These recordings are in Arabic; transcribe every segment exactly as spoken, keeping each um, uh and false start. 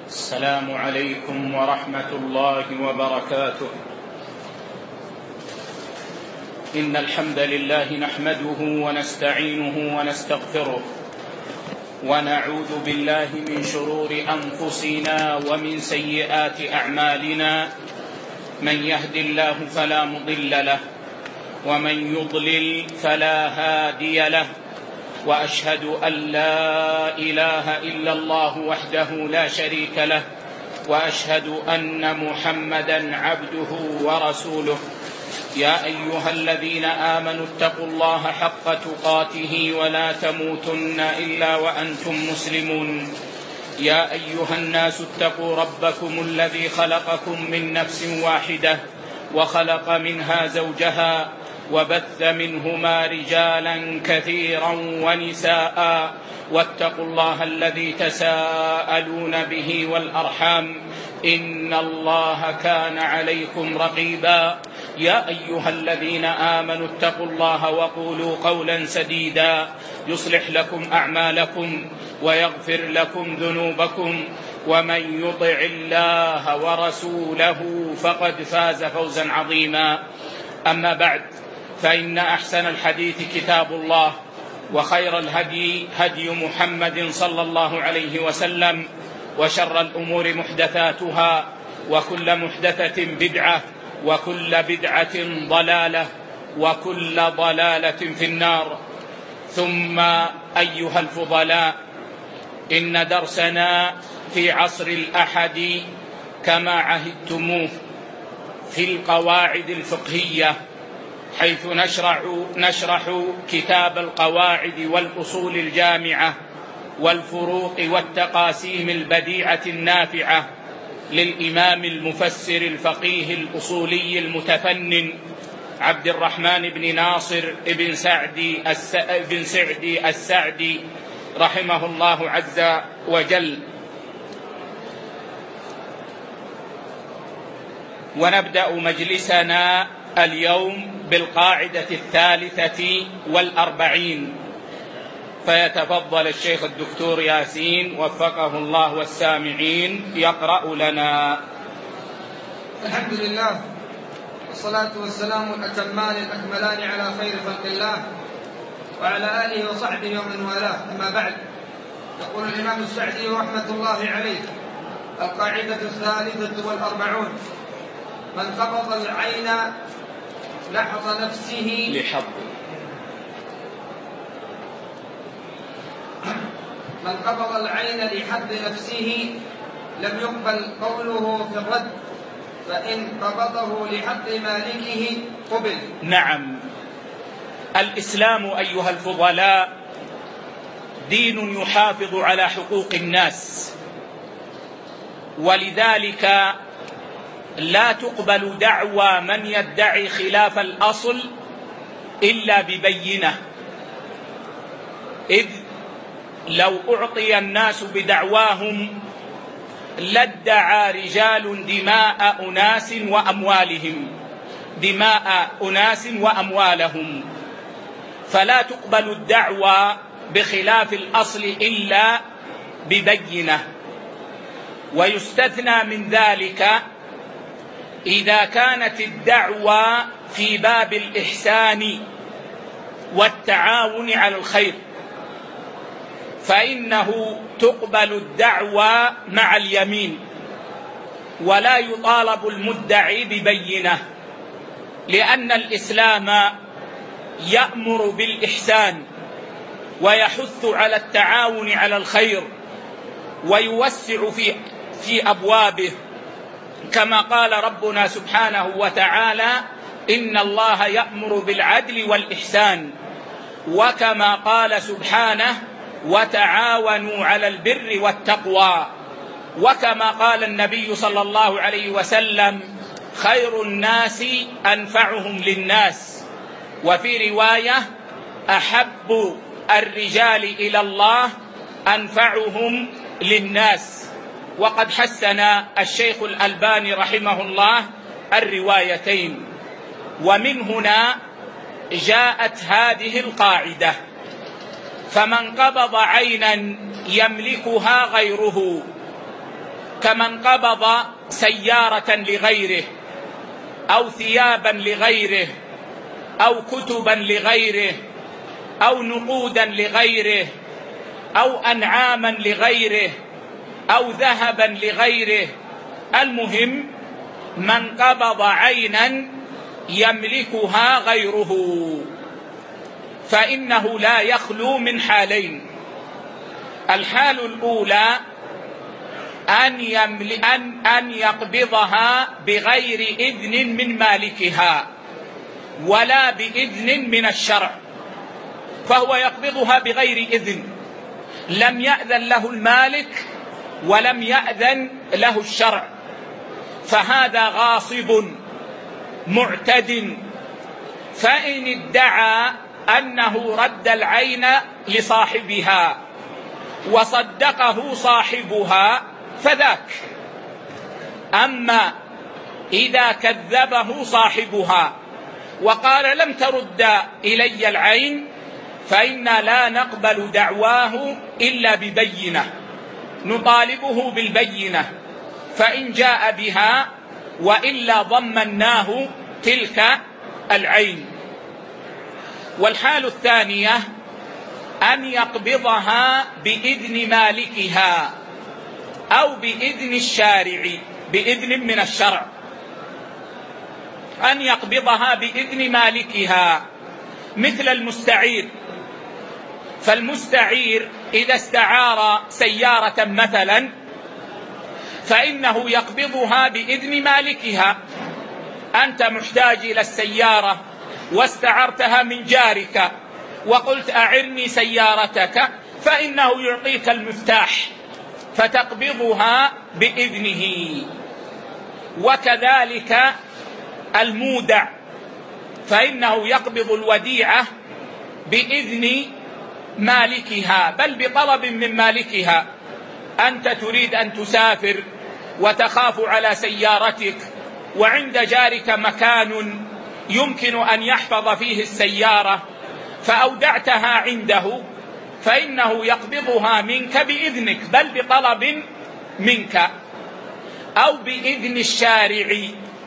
السلام عليكم ورحمة الله وبركاته. إن الحمد لله نحمده ونستعينه ونستغفره، ونعوذ بالله من شرور أنفسنا ومن سيئات أعمالنا. من يهد الله فلا مضل له، ومن يضلل فلا هادي له، وأشهد أن لا إله إلا الله وحده لا شريك له، وأشهد أن محمدًا عبده ورسوله. يا أيها الذين آمنوا اتقوا الله حق تقاته ولا تموتن إلا وأنتم مسلمون. يا أيها الناس اتقوا ربكم الذي خلقكم من نفس واحدة، وخلق منها زوجها، وبث منهما رجالا كثيرا ونساء، واتقوا الله الذي تساءلون به والأرحام، إن الله كان عليكم رقيبا. يا أيها الذين آمنوا اتقوا الله وقولوا قولا سديدا يصلح لكم أعمالكم ويغفر لكم ذنوبكم، ومن يطع الله ورسوله فقد فاز فوزا عظيما. أما بعد، فإن أحسن الحديث كتاب الله، وخير الهدي هدي محمد صلى الله عليه وسلم، وشر الأمور محدثاتها، وكل محدثة بدعة، وكل بدعة ضلالة، وكل ضلالة في النار. ثم أيها الفضلاء، إن درسنا في عصر الأحد كما عهدتموه في القواعد الفقهية، حيث نشرح, نشرح كتاب القواعد والأصول الجامعة والفروق والتقاسيم البديعة النافعة للإمام المفسر الفقيه الأصولي المتفنن عبد الرحمن بن ناصر بن سعدي بن سعدي السعدي رحمه الله عز وجل. ونبدأ مجلسنا اليوم بالقاعدة الثالثة والأربعين، فيتفضل الشيخ الدكتور ياسين وفقه الله والسامعين يقرأ لنا. الحمد لله، والصلاة والسلام الأتمان الأكملان على خير خلق الله وعلى آله وصحبه ومن والاه. أما بعد، يقول الإمام السعدي رحمة الله عليه: القاعدة الثالثة والأربعون: من قبض العين لحظ نفسه لحظ من قبض العين لحظ نفسه لم يقبل قوله في الرد، فإن قبضه لحظ مالكه قبل. نعم، الإسلام أيها الفضلاء دين يحافظ على حقوق الناس، ولذلك لا تقبل دعوى من يدعي خلاف الأصل إلا ببينة، إذ لو أعطي الناس بدعواهم لادعى رجال دماء أناس وأموالهم دماء أناس وأموالهم فلا تقبل الدعوى بخلاف الأصل إلا ببينة. ويستثنى من ذلك إذا كانت الدعوى في باب الإحسان والتعاون على الخير، فإنه تقبل الدعوى مع اليمين، ولا يطالب المدعي ببينة، لأن الإسلام يأمر بالإحسان ويحث على التعاون على الخير ويوسع في في أبوابه، كما قال ربنا سبحانه وتعالى: إن الله يأمر بالعدل والإحسان، وكما قال سبحانه: وتعاونوا على البر والتقوى، وكما قال النبي صلى الله عليه وسلم: خير الناس أنفعهم للناس. وفي رواية: أحب الرجال إلى الله أنفعهم للناس. وقد حسن الشيخ الألباني رحمه الله الروايتين. ومن هنا جاءت هذه القاعدة: فمن قبض عينا يملكها غيره كمن قبض سيارة لغيره أو ثيابا لغيره أو كتبا لغيره أو نقودا لغيره أو أنعاما لغيره أو ذهبا لغيره. المهم من قبض عينا يملكها غيره فإنه لا يخلو من حالين. الحال الأولى أن, يمل... أن... أن يقبضها بغير إذن من مالكها ولا بإذن من الشرع، فهو يقبضها بغير إذن، لم يأذن له المالك ولم يأذن له الشرع، فهذا غاصب معتد. فإن ادعى أنه رد العين لصاحبها وصدقه صاحبها فذاك. أما إذا كذبه صاحبها وقال لم ترد إلي العين فإنا لا نقبل دعواه إلا ببينة، نطالبه بالبينة، فإن جاء بها وإلا ضمناه تلك العين. والحال الثانية أن يقبضها بإذن مالكها أو بإذن الشارع، بإذن من الشرع، أن يقبضها بإذن مالكها مثل المستعير. فالمستعير إذا استعار سيارة مثلا فإنه يقبضها بإذن مالكها. أنت محتاج إلى السيارة واستعرتها من جارك وقلت أعرني سيارتك، فإنه يعطيك المفتاح فتقبضها بإذنه. وكذلك المودع فإنه يقبض الوديعة بإذن مالكها بل بطلب من مالكها. أنت تريد أن تسافر وتخاف على سيارتك وعند جارك مكان يمكن أن يحفظ فيه السيارة فأودعتها عنده، فإنه يقبضها منك بإذنك بل بطلب منك. أو بإذن الشارع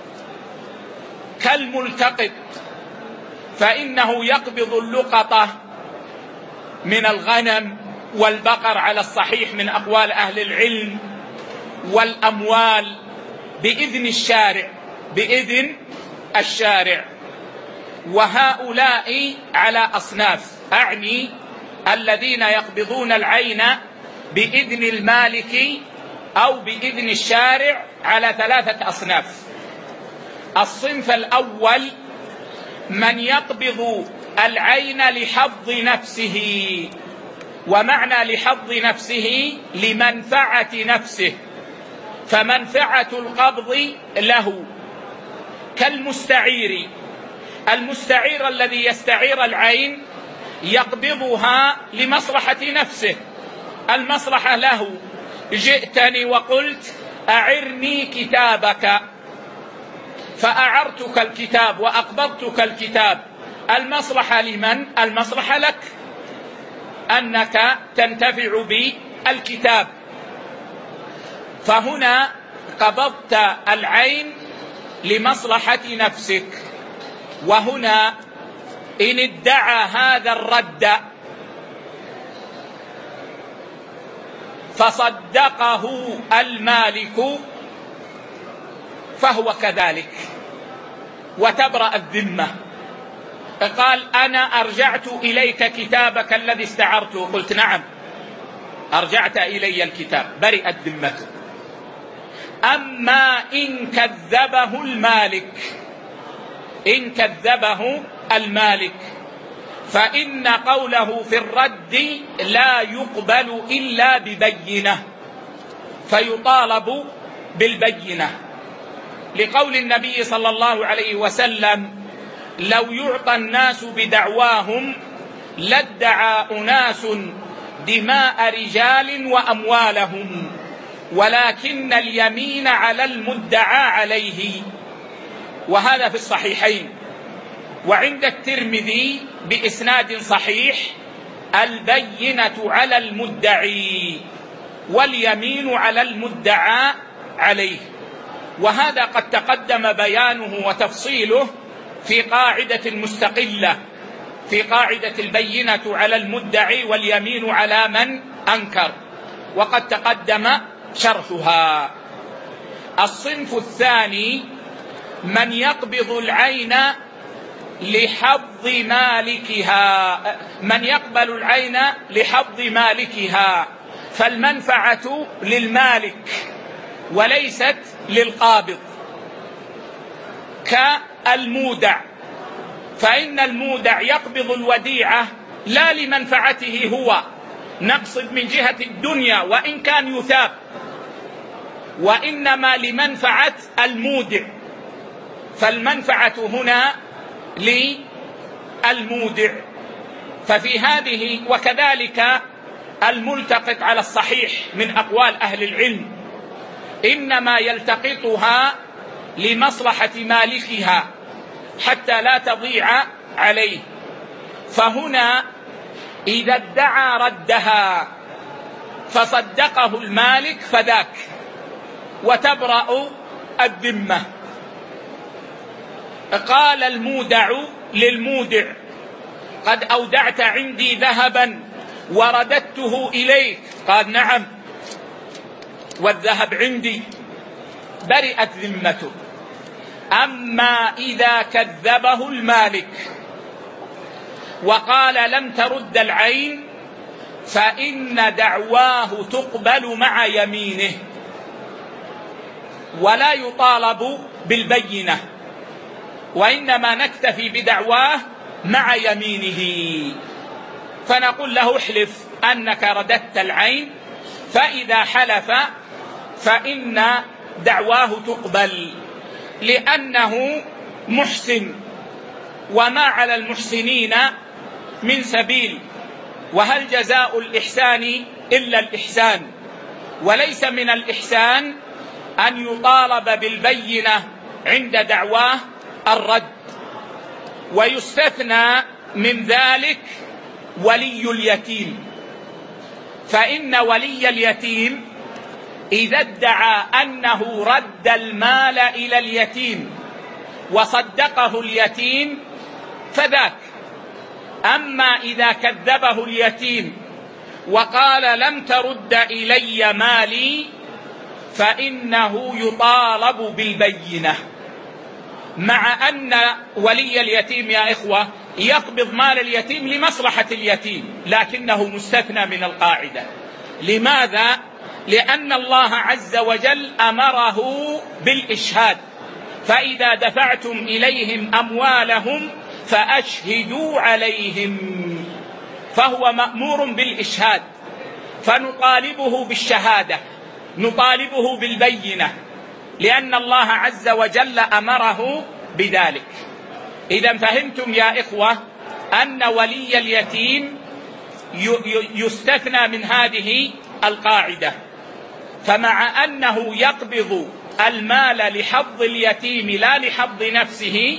كالملتقط، فإنه يقبض اللقطة من الغنم والبقر على الصحيح من أقوال أهل العلم والأموال بإذن الشارع، بإذن الشارع. وهؤلاء على أصناف، أعني الذين يقبضون العين بإذن المالك أو بإذن الشارع على ثلاثة أصناف. الصنف الأول من يقبض العين لحظ نفسه، ومعنى لحظ نفسه لمنفعة نفسه، فمنفعة القبض له كالمستعير. المستعير الذي يستعير العين يقبضها لمصلحة نفسه، المصلحة له، جئتني وقلت أعرني كتابك فأعرتك الكتاب وأقبضتك الكتاب، المصلحة لمن؟ المصلحة لك أنك تنتفع بالكتاب. فهنا قبضت العين لمصلحة نفسك. وهنا إن ادعى هذا الرد فصدقه المالك فهو كذلك وتبرأ الذمة. قال أنا أرجعت إليك كتابك الذي استعرته، قلت نعم أرجعت إلي الكتاب، برئت ذمته. أما إن كذبه المالك، إن كذبه المالك فإن قوله في الرد لا يقبل إلا ببينة، فيطالب بالبينة، لقول النبي صلى الله عليه وسلم لو يعطى الناس بدعواهم لادعى أناس دماء رجال وأموالهم ولكن اليمين على المدعى عليه. وهذا في الصحيحين. وعند الترمذي بإسناد صحيح البينة على المدعي واليمين على المدعى عليه. وهذا قد تقدم بيانه وتفصيله في قاعدة مستقلة، في قاعدة البينة على المدعي واليمين على من أنكر، وقد تقدم شرحها. الصنف الثاني من يقبض العين لحظ مالكها، من يقبل العين لحظ مالكها، فالمنفعة للمالك وليست للقابض، كالمودع. فإن المودع يقبض الوديعة لا لمنفعته هو، نقصد من جهة الدنيا وإن كان يثاب، وإنما لمنفعة المودع، فالمنفعة هنا للمودع. ففي هذه وكذلك الملتقط على الصحيح من أقوال أهل العلم إنما يلتقطها لمصلحة مالكها حتى لا تضيع عليه. فهنا إذا ادعى ردها فصدقه المالك فذاك وتبرأ الذمة. قال المودع للمودع: قد أودعت عندي ذهبا ورددته إليك، قال: نعم والذهب عندي، برئت ذمته. أما إذا كذبه المالك وقال لم ترد العين فإن دعواه تقبل مع يمينه ولا يطالب بالبينة، وإنما نكتفي بدعواه مع يمينه، فنقول له: احلف أنك رددت العين، فإذا حلف فإن دعواه تقبل لأنه محسن، وما على المحسنين من سبيل، وهل جزاء الإحسان إلا الإحسان، وليس من الإحسان أن يطالب بالبينة عند دعواه الرد. ويستثنى من ذلك ولي اليتيم، فإن ولي اليتيم إذا ادعى أنه رد المال إلى اليتيم وصدقه اليتيم فذاك. أما إذا كذبه اليتيم وقال لم ترد إلي مالي فإنه يطالب بالبينة، مع أن ولي اليتيم يا إخوة يقبض مال اليتيم لمصلحة اليتيم، لكنه مستثنى من القاعدة. لماذا؟ لأن الله عز وجل أمره بالإشهاد: فإذا دفعتم إليهم أموالهم فأشهدوا عليهم، فهو مأمور بالإشهاد، فنطالبه بالشهادة، نطالبه بالبينة، لأن الله عز وجل أمره بذلك. إذا فهمتم يا إخوة أن ولي اليتيم يستثنى من هذه القاعدة، فمع أنه يقبض المال لحظ اليتيم لا لحظ نفسه،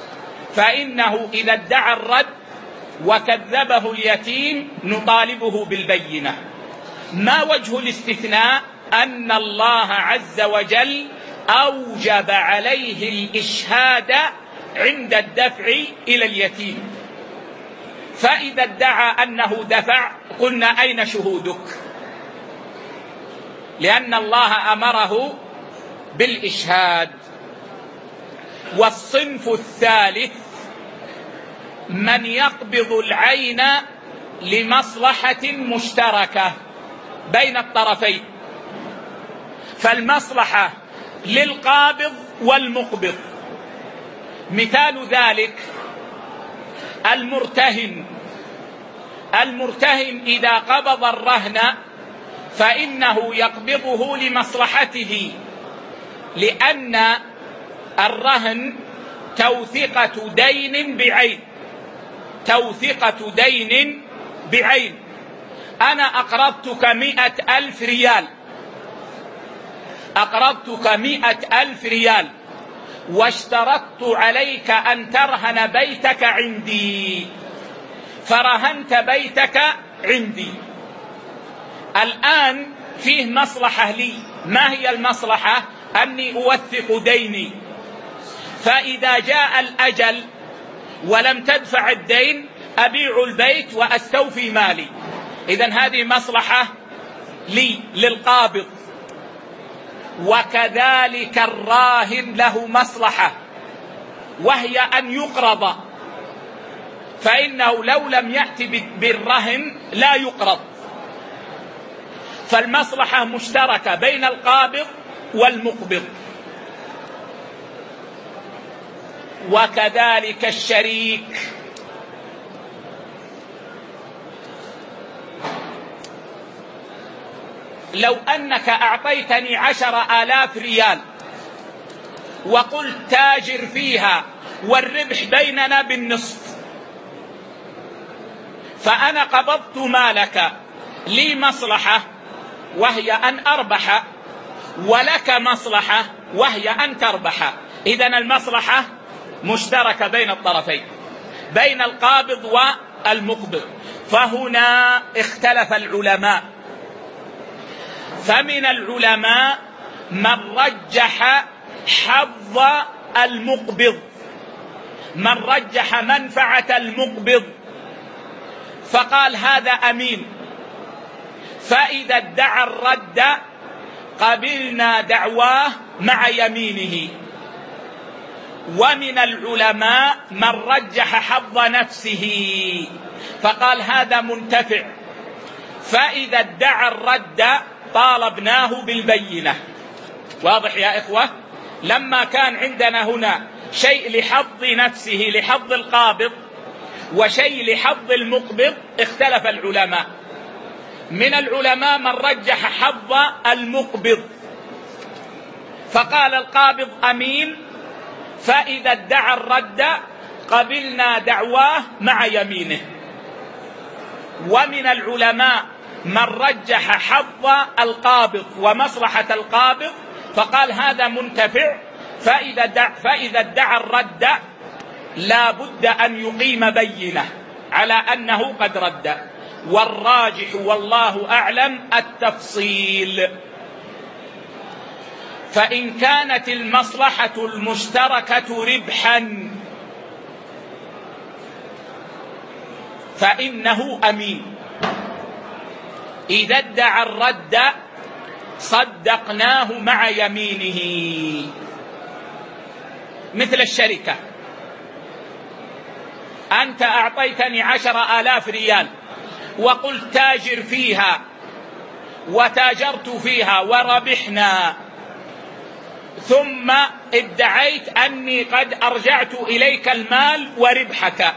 فإنه إذا ادعى الرد وكذبه اليتيم نطالبه بالبينة. ما وجه الاستثناء؟ أن الله عز وجل أوجب عليه الإشهاد عند الدفع إلى اليتيم، فإذا ادعى أنه دفع قلنا: أين شهودك؟ لأن الله أمره بالإشهاد. والصنف الثالث من يقبض العين لمصلحة مشتركة بين الطرفين، فالمصلحة للقابض والمقبض. مثال ذلك المرتهن. المرتهن إذا قبض الرهن فإنه يقبضه لمصلحته، لأن الرهن توثيقة دين بعين، توثيقة دين بعين. أنا أقرضتك مئة ألف ريال، أقرضتك مئة ألف ريال واشترطت عليك أن ترهن بيتك عندي، فرهنت بيتك عندي. الآن فيه مصلحة لي. ما هي المصلحة؟ أني أوثق ديني، فإذا جاء الأجل ولم تدفع الدين أبيع البيت وأستوفي مالي. إذن هذه مصلحة لي للقابض. وكذلك الراهن له مصلحة، وهي أن يقرض، فإنه لو لم يأتي بالرهن لا يقرض. فالمصلحة مشتركة بين القابض والمقبض. وكذلك الشريك. لو أنك أعطيتني عشر آلاف ريال وقلت تاجر فيها والربح بيننا بالنصف، فأنا قبضت مالك، لي مصلحة وهي أن أربح، ولك مصلحة وهي أن تربح. إذن المصلحة مشتركة بين الطرفين، بين القابض والمقبض. فهنا اختلف العلماء، فمن العلماء من رجح حظ المقبض، من رجح منفعة المقبض، فقال هذا أمين، فإذا ادعى الرد قبلنا دعواه مع يمينه. ومن العلماء من رجح حظ نفسه، فقال هذا منتفع، فإذا ادعى الرد طالبناه بالبينة. واضح يا إخوة؟ لما كان عندنا هنا شيء لحظ نفسه لحظ القابض وشيء لحظ المقبض، اختلف العلماء. من العلماء من رجح حظ المقبض، فقال القابض أمين، فإذا ادعى الرد قبلنا دعواه مع يمينه. ومن العلماء من رجح حظ القابض ومصلحة القابض، فقال هذا منتفع، فإذا دع فإذا ادعى الرد لا بد أن يقيم بينة على أنه قد رد. والراجح والله أعلم التفصيل. فإن كانت المصلحة المشتركة ربحا فإنه أمين. إذا ادعى الرد صدقناه مع يمينه. مثل الشركة، أنت أعطيتني عشر آلاف ريال وقلت تاجر فيها، وتاجرت فيها وربحنا، ثم ادعيت أني قد أرجعت إليك المال وربحك،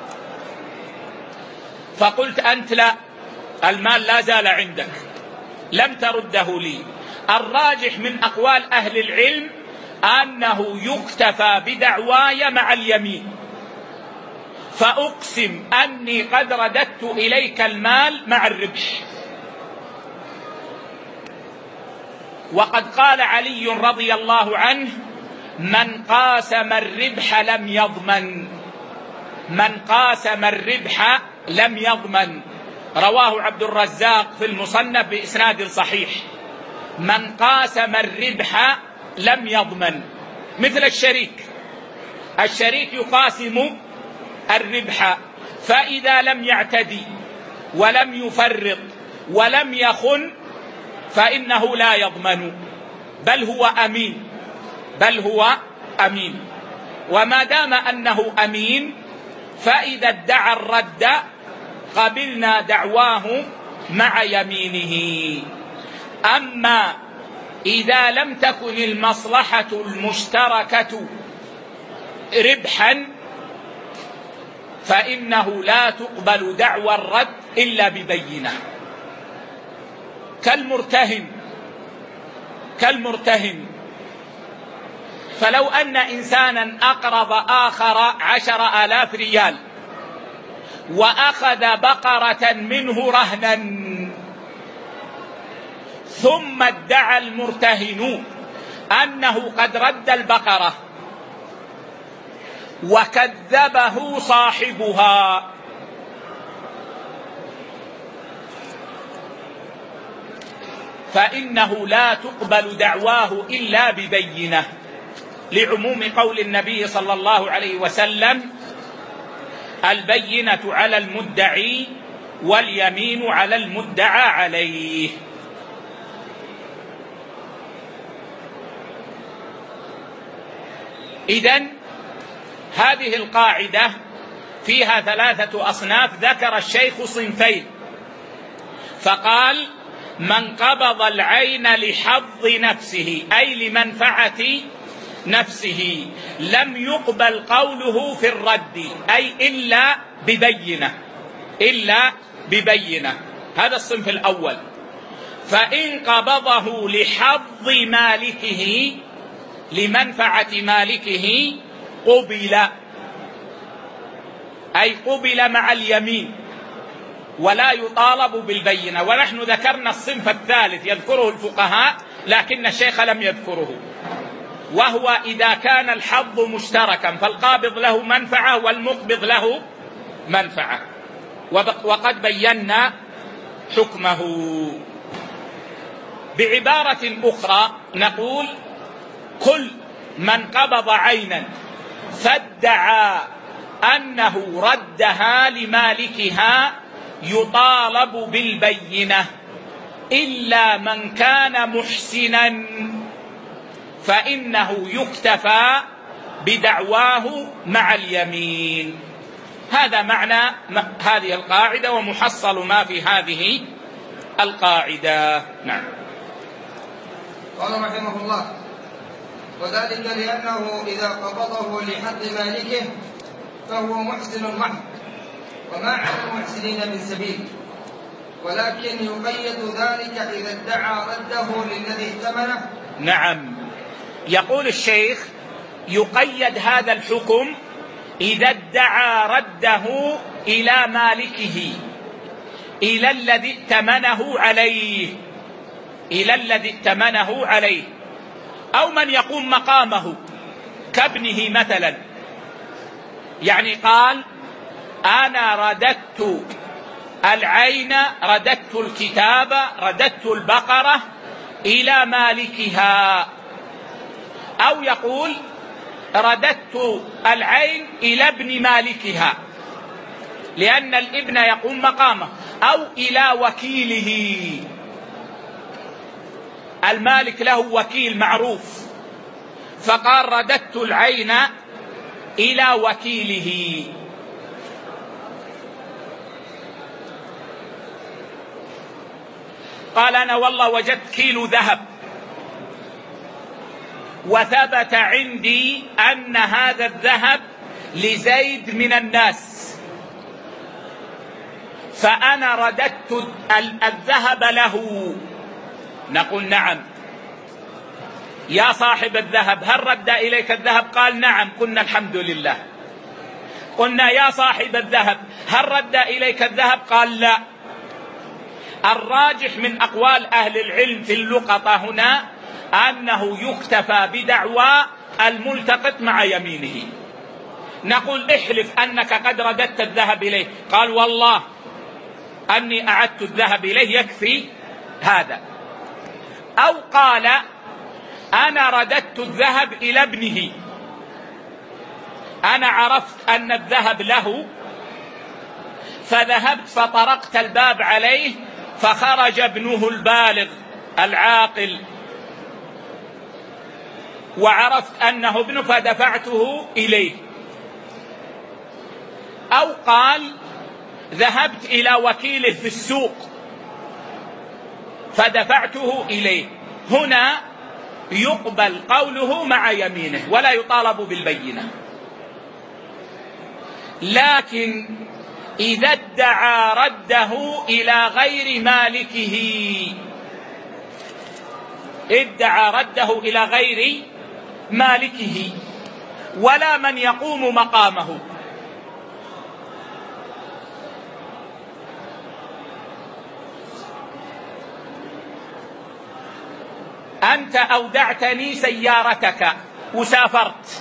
فقلت أنت لا، المال لا زال عندك، لم ترده لي. الراجح من أقوال أهل العلم أنه يكتفى بدعواي مع اليمين، فأقسم أني قد رددت إليك المال مع الربح. وقد قال علي رضي الله عنه: من قاسم الربح لم يضمن، من قاسم الربح لم يضمن. رواه عبد الرزاق في المصنف بإسناد صحيح. من قاسم الربح لم يضمن. مثل الشريك، الشريك يقاسم الربح، فإذا لم يعتدي ولم يفرط ولم يخن فإنه لا يضمن، بل هو أمين، بل هو أمين. وما دام أنه أمين فإذا ادعى الرد قبلنا دعواه مع يمينه. أما إذا لم تكن المصلحة المشتركة ربحا فإنه لا تقبل دعوى الرد إلا ببينة. كالمرتهن، كالمرتهن فلو أن إنسانا أقرض آخر عشر آلاف ريال وأخذ بقرة منه رهنا، ثم ادعى المرتهن أنه قد رد البقرة وكذبه صاحبها، فإنه لا تقبل دعواه إلا ببينة، لعموم قول النبي صلى الله عليه وسلم: البينة على المدعي واليمين على المدعى عليه. إذن هذه القاعدة فيها ثلاثة أصناف. ذكر الشيخ صنفين فقال: من قبض العين لحظ نفسه أي لمنفعة نفسه لم يقبل قوله في الرد، أي إلا ببينة، إلا ببينة. هذا الصنف الأول. فإن قبضه لحظ مالكه لمنفعة مالكه قبل، أي قبل مع اليمين ولا يطالب بالبينة. ونحن ذكرنا الصنف الثالث يذكره الفقهاء لكن الشيخ لم يذكره، وهو إذا كان الحظ مشتركا فالقابض له منفعة والمقبض له منفعة، وقد بينا حكمه. بعبارة أخرى نقول: كل من قبض عينا فادعى أنه ردها لمالكها يطالب بالبينة، إلا من كان محسنا فإنه يكتفى بدعواه مع اليمين. هذا معنى هذه القاعدة ومحصل ما في هذه القاعدة. نعم. قال رحمه الله: وذلك لأنه إذا قبضه لحد مالكه فهو محسن محض، وما على المحسنين من سبيل، ولكن يقيد ذلك إذا ادعى رده للذي ائتمنه. نعم، يقول الشيخ: يقيد هذا الحكم إذا ادعى رده إلى مالكه، إلى الذي ائتمنه عليه، إلى الذي ائتمنه عليه، أو من يقوم مقامه كابنه مثلا. يعني قال: أنا رددت العين، رددت الكتاب، رددت البقرة إلى مالكها. أو يقول: رددت العين إلى ابن مالكها، لأن الابن يقوم مقامه، أو إلى وكيله. المالك له وكيل معروف، فقال: رددت العين إلى وكيله. قال: أنا والله وجدت كيلو ذهب وثبت عندي أن هذا الذهب لزيد من الناس، فأنا رددت الذهب له. نقول: نعم. يا صاحب الذهب، هل رد إليك الذهب؟ قال: نعم. قلنا: الحمد لله. قلنا: يا صاحب الذهب، هل رد إليك الذهب؟ قال: لا. الراجح من أقوال أهل العلم في اللقطة هنا أنه يكتفى بدعوى الملتقط مع يمينه. نقول: احلف أنك قد رددت الذهب إليه. قال: والله أني أعدت الذهب إليه، يكفي هذا. أو قال: أنا رددت الذهب إلى ابنه، أنا عرفت أن الذهب له فذهبت فطرقت الباب عليه فخرج ابنه البالغ العاقل، وعرفت أنه ابنه فدفعته إليه. أو قال: ذهبت إلى وكيله في السوق فدفعته إليه. هنا يقبل قوله مع يمينه ولا يطالب بالبينة. لكن إذا ادعى رده إلى غير مالكه، ادعى رده إلى غير مالكه ولا من يقوم مقامه، أنت أودعتني سيارتك وسافرت،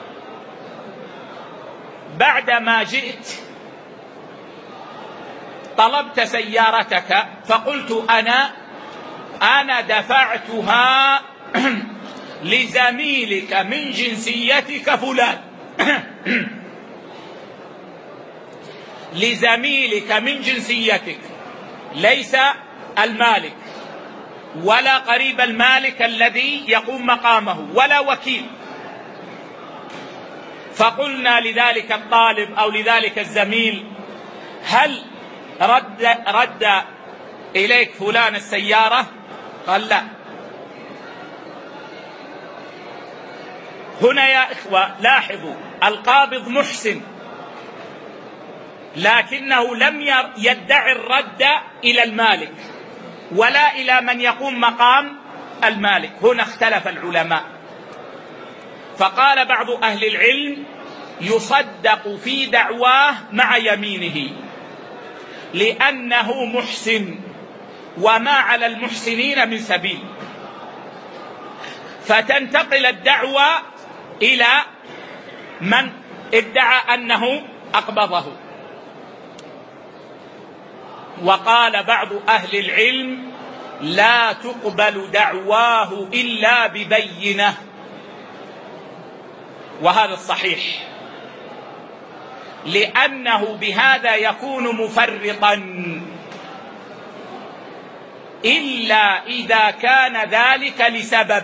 بعدما جئت طلبت سيارتك فقلت أنا أنا دفعتها لزميلك من جنسيتك فلان لزميلك من جنسيتك، ليس المالك ولا قريب المالك الذي يقوم مقامه ولا وكيل. فقلنا لذلك الطالب أو لذلك الزميل: هل رد, رد إليك فلان السيارة؟ قال لا. هنا يا إخوة لاحظوا، القابض محسن لكنه لم يدعي الرد إلى المالك ولا إلى من يقوم مقام المالك. هنا اختلف العلماء، فقال بعض أهل العلم: يصدق في دعواه مع يمينه لأنه محسن وما على المحسنين من سبيل، فتنتقل الدعوة إلى من ادعى أنه أقبضه. وقال بعض أهل العلم: لا تقبل دعواه إلا ببينة، وهذا الصحيح، لأنه بهذا يكون مفرطا، إلا إذا كان ذلك لسبب.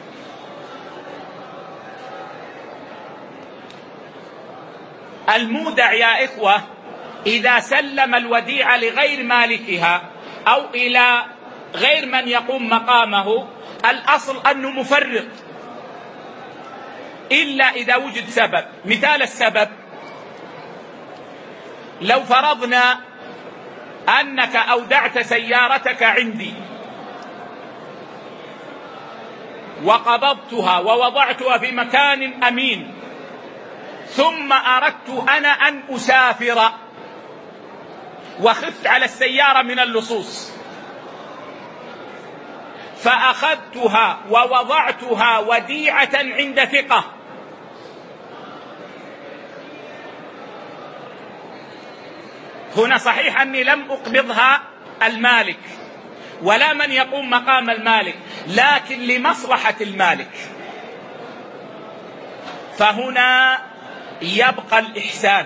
المودع يا إخوة إذا سلم الوديعة لغير مالكها أو إلى غير من يقوم مقامه، الأصل أنه مفرط إلا إذا وجد سبب. مثال السبب: لو فرضنا أنك أودعت سيارتك عندي وقبضتها ووضعتها في مكان أمين، ثم أردت أنا أن أسافر وخفت على السيارة من اللصوص، فأخذتها ووضعتها وديعة عند ثقة، هنا صحيح أني لم أقبضها المالك ولا من يقوم مقام المالك، لكن لمصلحة المالك، فهنا يبقى الإحسان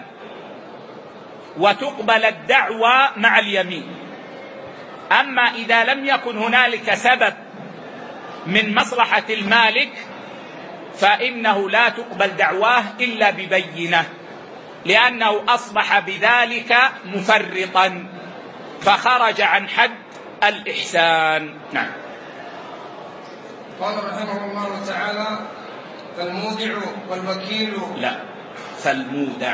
وتقبل الدعوة مع اليمين. أما إذا لم يكن هنالك سبب من مصلحة المالك فإنه لا تقبل دعواه إلا ببينة، لأنه أصبح بذلك مفرطا فخرج عن حد الإحسان. نعم. قال رحمه الله تعالى: فالمودع والوكيل. لا، فالمودع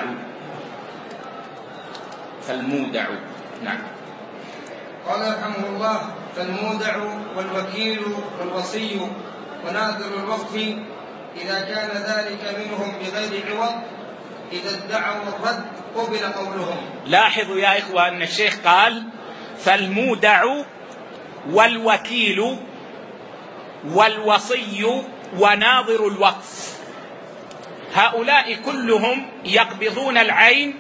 فالمودع نعم. قال رحمه الله: فالمودع والوكيل والوصي وناظر الوقف إذا كان ذلك منهم بغير عوض، إذا ادعوا الرد قبل قولهم. لاحظوا يا إخوة أن الشيخ قال: فالمودع والوكيل والوصي وناظر الوقف، هؤلاء كلهم يقبضون العين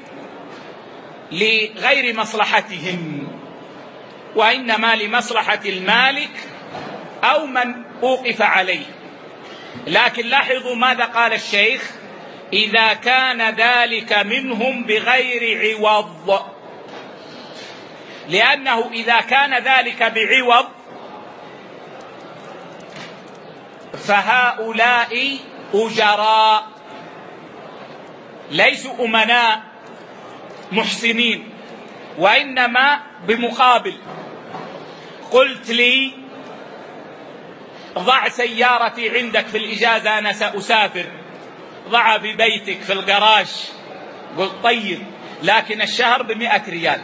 لغير مصلحتهم، وإنما لمصلحة المالك أو من أوقف عليه. لكن لاحظوا ماذا قال الشيخ: إذا كان ذلك منهم بغير عوض، لأنه إذا كان ذلك بعوض فهؤلاء أجراء ليسوا أمناء محسنين، وإنما بمقابل. قلت لي: ضع سيارتي عندك في الإجازة، أنا سأسافر، ضعها في بيتك في الجراج. قلت: طيب، لكن الشهر بمئة ريال،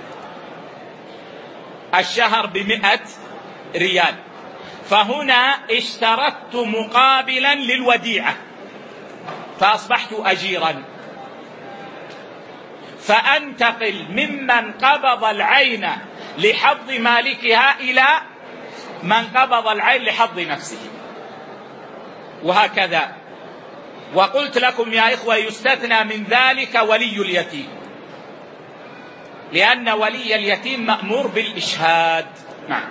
الشهر بمئة ريال. فهنا اشترطت مقابلا للوديعة فأصبحت أجيرا، فأنتقل ممن قبض العين لحظ مالكها إلى من قبض العين لحظ نفسه، وهكذا. وقلت لكم يا إخوة: يستثنى من ذلك ولي اليتيم، لأن ولي اليتيم مأمور بالإشهاد. نعم.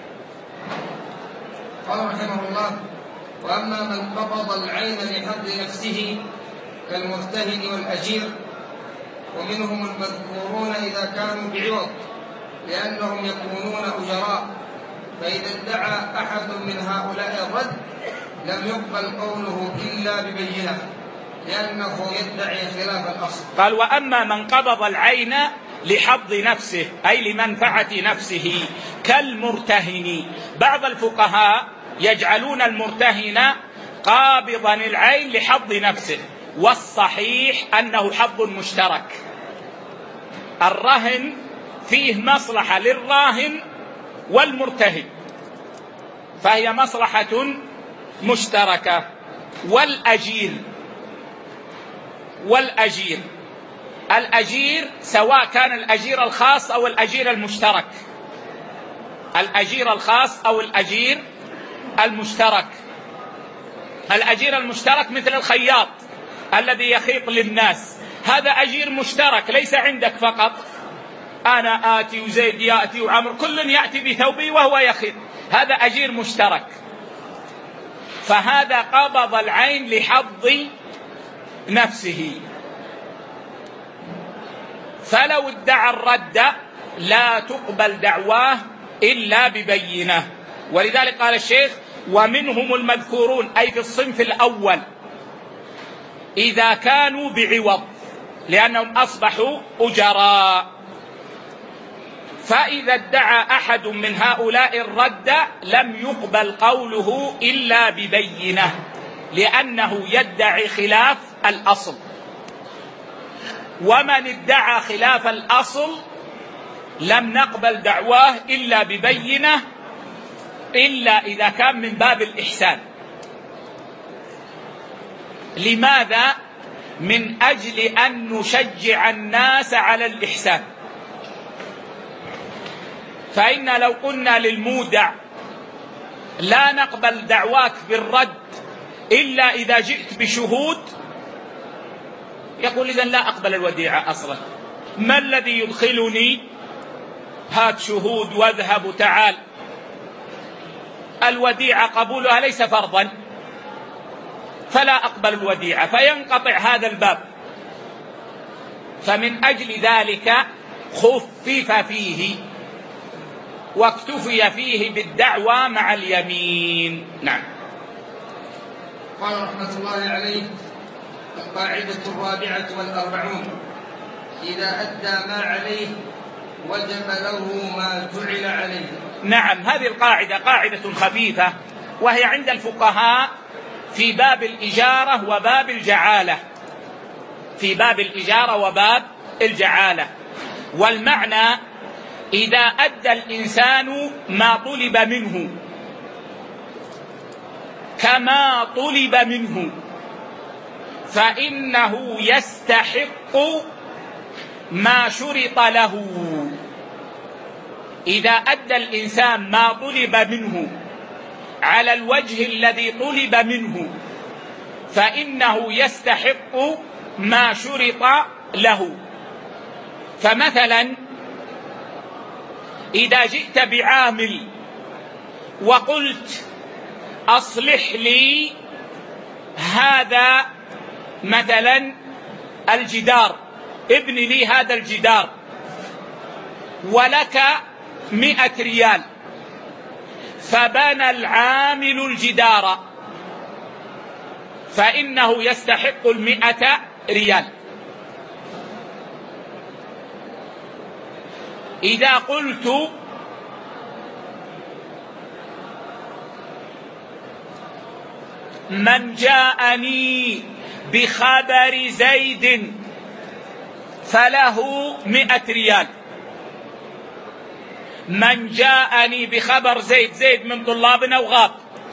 قال رحمه الله: وأما من قبض العين لحظ نفسه كالمرتهن والأجير، ومنهم المذكورون إذا كانوا بعوض لأنهم يكونون أجراء، فإذا ادعى أحد من هؤلاء الرد لم يقبل قوله إلا ببينة، لأنه يدعي خلاف الأصل. قال: وأما من قبض العين لحظ نفسه أي لمنفعة نفسه كالمرتهن. بعض الفقهاء يجعلون المرتهن قابضا العين لحظ نفسه، والصحيح أنه حظ مشترك. الرهن فيه مصلحة للراهن والمرتهن، فهي مصلحة مشتركة. والأجير والأجير الأجير سواء كان الأجير الخاص أو الأجير المشترك، الأجير الخاص أو الأجير المشترك. الأجير المشترك مثل الخياط الذي يخيط للناس، هذا أجير مشترك ليس عندك فقط، أنا آتي وزيد يأتي وعمر كل يأتي بثوبه وهو يخيط، هذا أجير مشترك. فهذا قبض العين لحظ نفسه، فلو ادعى الرد لا تقبل دعواه إلا ببينة. ولذلك قال الشيخ: ومنهم المذكورون أي في الصنف الأول إذا كانوا بعوض لأنهم أصبحوا أجراء، فإذا ادعى أحد من هؤلاء الرد لم يقبل قوله إلا ببينة، لأنه يدعي خلاف الأصل. ومن ادعى خلاف الأصل لم نقبل دعواه إلا ببينة، إلا إذا كان من باب الإحسان. لماذا؟ من أجل أن نشجع الناس على الإحسان. فإن لو قلنا للمودع لا نقبل دعواك بالرد إلا إذا جئت بشهود، يقول: إذن لا أقبل الوديعة أصلا، ما الذي يدخلني؟ هات شهود واذهب وتعال. الوديعة قبولها ليس فرضا، فلا أقبل الوديعة، فينقطع هذا الباب. فمن أجل ذلك خفف فيه واكتفي فيه بالدعوى مع اليمين. نعم. قال رحمة الله عليه: القاعدة الرابعة والأربعون: إذا أدى ما عليه وجب له ما جعل عليه. نعم، هذه القاعدة قاعدة خفيفة، وهي عند الفقهاء في باب الإجارة وباب الجعالة، في باب الإجارة وباب الجعالة. والمعنى: إذا أدى الإنسان ما طلب منه كما طلب منه فإنه يستحق ما شرط له. إذا أدى الإنسان ما طلب منه على الوجه الذي طلب منه فإنه يستحق ما شرط له. فمثلا إذا جئت بعامل وقلت: أصلح لي هذا مثلا الجدار، ابن لي هذا الجدار، ولك مئة ريال، فبنى العامل الجدار فإنه يستحق المئة ريال. إذا قلت: من جاءني بخبر زيد فله مئة ريال، من جاءني بخبر زيد، زيد من طلابنا وغاب،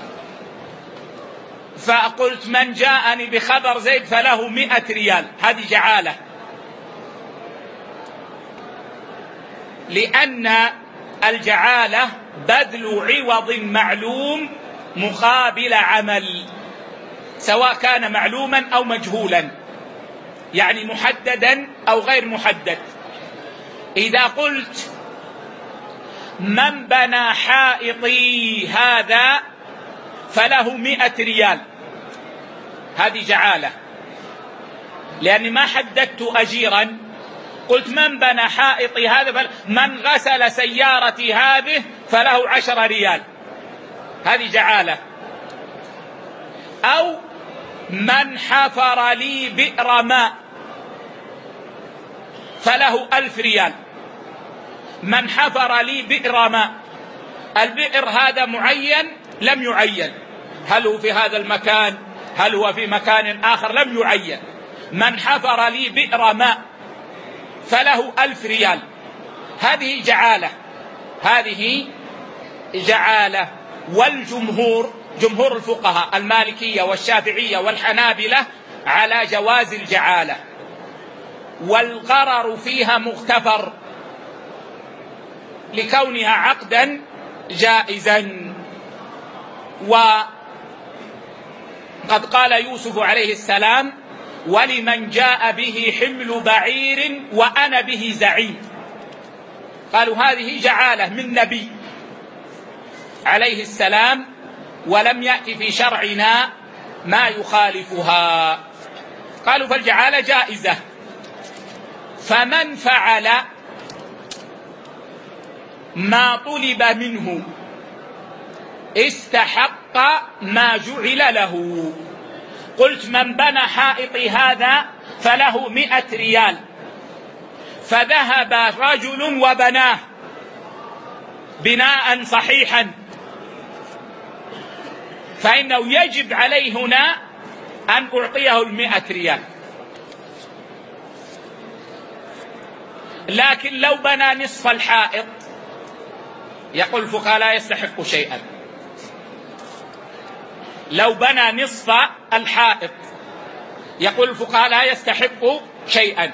فقلت من جاءني بخبر زيد فله مئة ريال، هذه جعالة، لأن الجعالة بذل عوض معلوم مقابل عمل، سواء كان معلوما أو مجهولا، يعني محددا أو غير محدد. إذا قلت من بنى حائطي هذا فله مئة ريال، هذه جعالة، لأني ما حددت أجيرا، قلت من بنى حائطي هذا، من غسل سيارتي هذه فله عشر ريال، هذه جعالة. أو من حفر لي بئر ماء فله ألف ريال، من حفر لي بئر ماء، البئر هذا معين لم يعين، هل هو في هذا المكان، هل هو في مكان آخر، لم يعين. من حفر لي بئر ماء فله ألف ريال، هذه جعالة، هذه جعالة. والجمهور، جمهور الفقهاء المالكية والشافعية والحنابلة على جواز الجعالة، والغرر فيها مغتفر لكونها عقدا جائزا. وقد قال يوسف عليه السلام: ولمن جاء به حمل بعير وأنا به زعيم. قالوا هذه جعالة من نبي عليه السلام، ولم يأتي في شرعنا ما يخالفها. قالوا فالجعالة جائزة. فمن فعل ما طلب منه استحق ما جعل له. قلت من بنى حائطي هذا فله مئة ريال، فذهب رجل وبناه بناء صحيحا، فإنه يجب عليه هنا أن أعطيه المئة ريال. لكن لو بنى نصف الحائط يقول الفقهاء لا يستحق شيئا. لو بنى نصف الحائط يقول الفقهاء لا يستحق شيئا،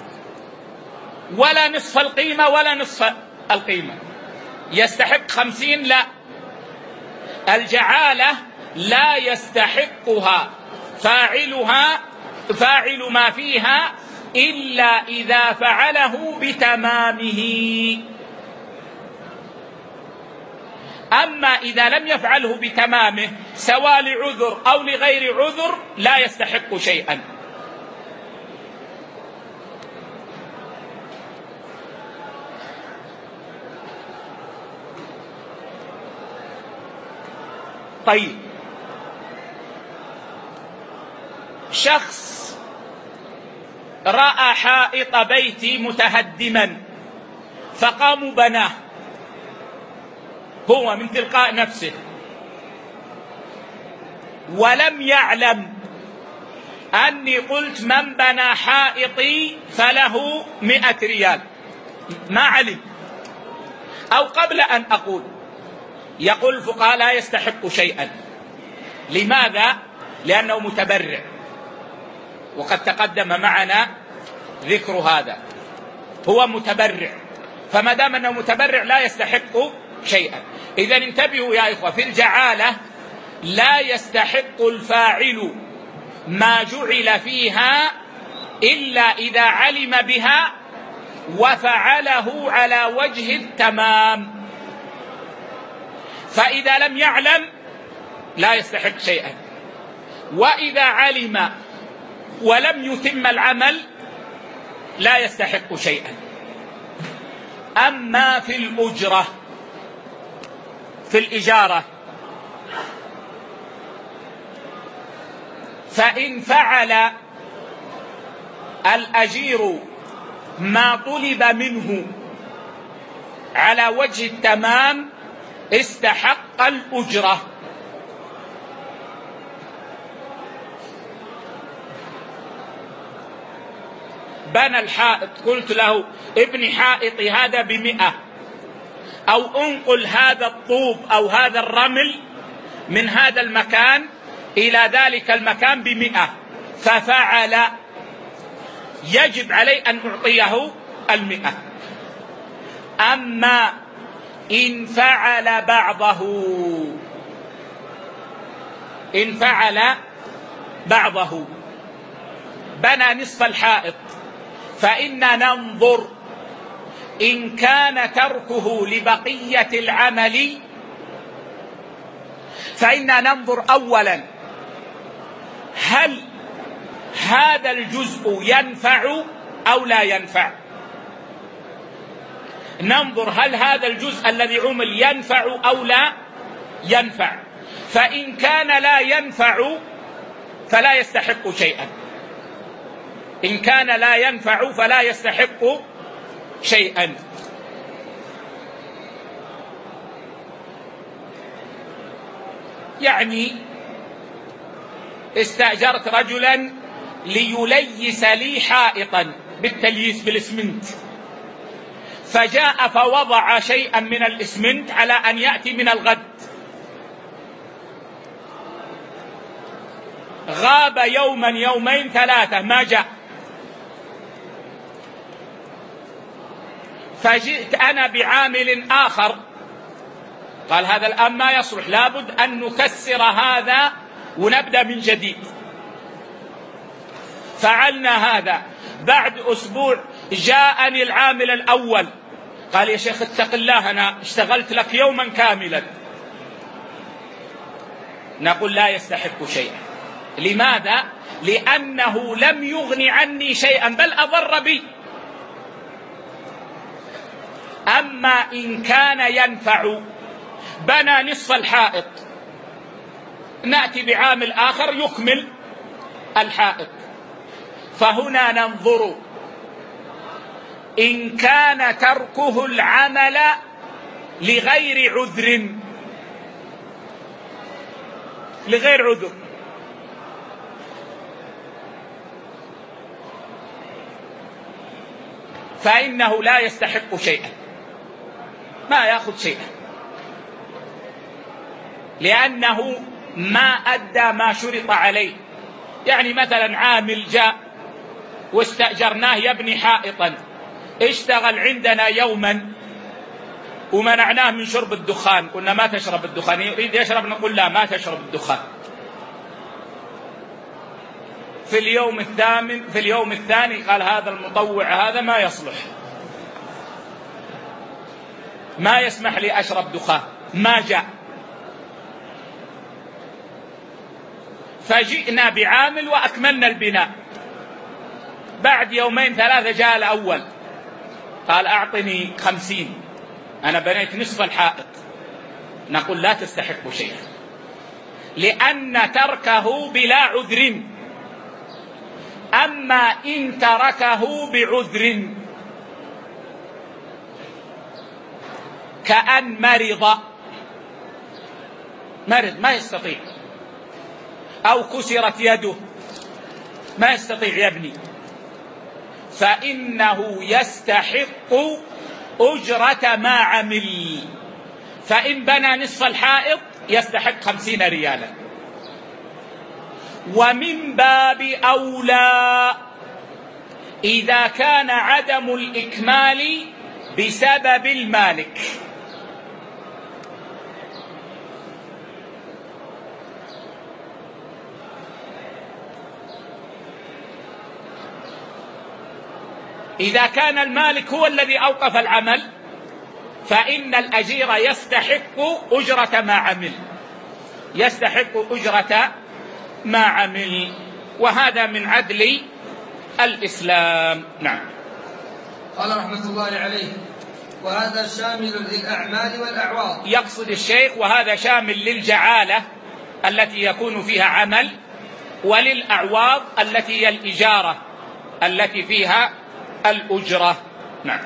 ولا نصف القيمة ولا نصف القيمة، يستحق خمسين. لا، الجعالة لا يستحقها فاعلها فاعل ما فيها إلا إذا فعله بتمامه. أما إذا لم يفعله بتمامه سواء لعذر أو لغير عذر لا يستحق شيئا. طيب، شخص رأى حائط بيتي متهدما فقام بناه هو من تلقاء نفسه، ولم يعلم أني قلت من بنى حائطي فله مئة ريال، ما علم، أو قبل أن أقول، يقول الفقهاء لا يستحق شيئا. لماذا؟ لأنه متبرع، وقد تقدم معنا ذكر هذا، هو متبرع، فما دام أنه متبرع لا يستحق شيئا. إذن انتبهوا يا إخوة، في الجعالة لا يستحق الفاعل ما جعل فيها إلا إذا علم بها وفعله على وجه التمام، فإذا لم يعلم لا يستحق شيئا، وإذا علم ولم يتم العمل لا يستحق شيئا. أما في الأجرة، في الإجارة، فإن فعل الأجير ما طلب منه على وجه التمام استحق الأجرة. بنى الحائط، قلت له ابني حائطي هذا بمئة، أو انقل هذا الطوب أو هذا الرمل من هذا المكان إلى ذلك المكان بمئة، ففعل، يجب علي أن أعطيه المئة. أما إن فعل بعضه، إن فعل بعضه بنى نصف الحائط، فإننا ننظر إن كان تركه لبقية العمل فإننا ننظر أولا هل هذا الجزء ينفع أو لا ينفع. ننظر هل هذا الجزء الذي عمل ينفع أو لا ينفع. فإن كان لا ينفع فلا يستحق شيئا. إن كان لا ينفع فلا يستحق شيئا. يعني استأجرت رجلا ليليس لي حائطا بالتلييس بالإسمنت، فجاء فوضع شيئا من الإسمنت على أن يأتي من الغد، غاب يوما يومين ثلاثة ما جاء، فجئت أنا بعامل آخر قال هذا الآن ما يصلح، لابد أن نكسر هذا ونبدأ من جديد. فعلنا هذا. بعد أسبوع جاءني العامل الأول قال يا شيخ اتق الله أنا اشتغلت لك يوما كاملا. نقول لا يستحق شيئا. لماذا؟ لأنه لم يغني عني شيئا بل أضر بي. أما إن كان ينفع بنى نصف الحائط، نأتي بعامل آخر يكمل الحائط. فهنا ننظر إن كان تركه العمل لغير عذر لغير عذر فإنه لا يستحق شيئا، ما يأخذ شيئا، لأنه ما أدى ما شرط عليه. يعني مثلا عامل جاء واستأجرناه يبني حائطا، اشتغل عندنا يوما ومنعناه من شرب الدخان، قلنا ما تشرب الدخان، يريد يشرب نقول لا ما تشرب الدخان. في اليوم الثامن في اليوم الثاني قال هذا المطوع هذا ما يصلح، ما يسمح لي أشرب دخان، ما جاء. فجئنا بعامل وأكملنا البناء. بعد يومين ثلاثة جاء الأول قال أعطني خمسين، أنا بنيت نصف الحائط. نقول لا تستحق شيئا، لأن تركه بلا عذر. أما إن تركه بعذر كأن مرض مرض ما يستطيع، أو كسرت يده ما يستطيع يبني، فإنه يستحق أجرة ما عمل. فإن بنى نصف الحائط يستحق خمسين ريالا. ومن باب أولى إذا كان عدم الإكمال بسبب المالك. إذا كان المالك هو الذي أوقف العمل فإن الأجير يستحق أجرة ما عمل، يستحق أجرة ما عمل، وهذا من عدل الإسلام. نعم. قال رحمة الله عليه: وهذا شامل للأعمال والأعواض. يقصد الشيخ وهذا شامل للجعالة التي يكون فيها عمل، وللأعواض التي هي الإجارة التي فيها الأجرة. نعم.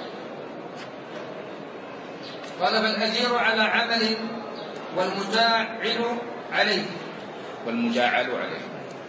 قال: فالأجير على عمل والمجاعل عليه والمجاعل عليه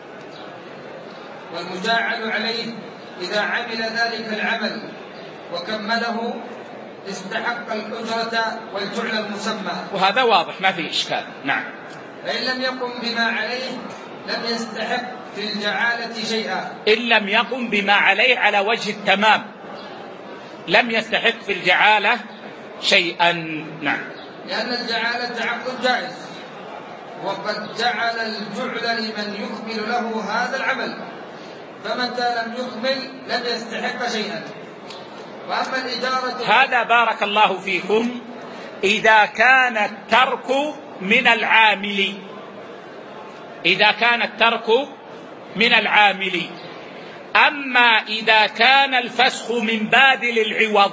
والمجاعل عليه إذا عمل ذلك العمل وكمله استحق الأجرة والجعل المسمى. وهذا واضح ما فيه إشكال. نعم. فإن لم يقم بما عليه لم يستحق في الجعالة شيئا. إن لم يقم بما عليه على وجه التمام لم يستحق في الجعالة شيئا. نعم. لأن الجعالة عقد جائز، وقد جعل الجعل لمن يكمل له هذا العمل، فمتى لم يكمل لم يستحق شيئا. وأما الإجارة هذا بارك الله فيكم إذا كان الترك من العامل، إذا كان الترك من العامل. أما إذا كان الفسخ من بادل العوض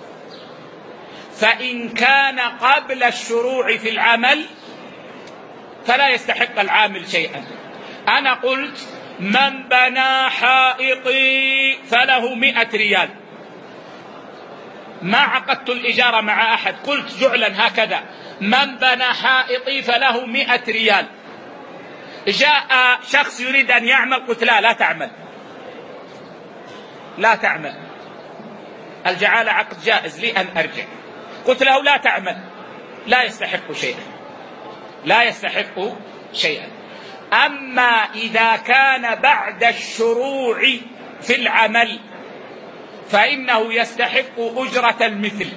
فإن كان قبل الشروع في العمل فلا يستحق العامل شيئا. أنا قلت من بنى حائطي فله مئة ريال، ما عقدت الإجارة مع أحد، قلت جعلا هكذا من بنى حائطي فله مئة ريال. جاء شخص يريد أن يعمل، قلت لا لا تعمل لا تعمل، الجعالة عقد جائز لي أن أرجع. قلت له لا تعمل، لا يستحق شيئا، لا يستحق شيئا. أما إذا كان بعد الشروع في العمل فإنه يستحق أجرة المثل،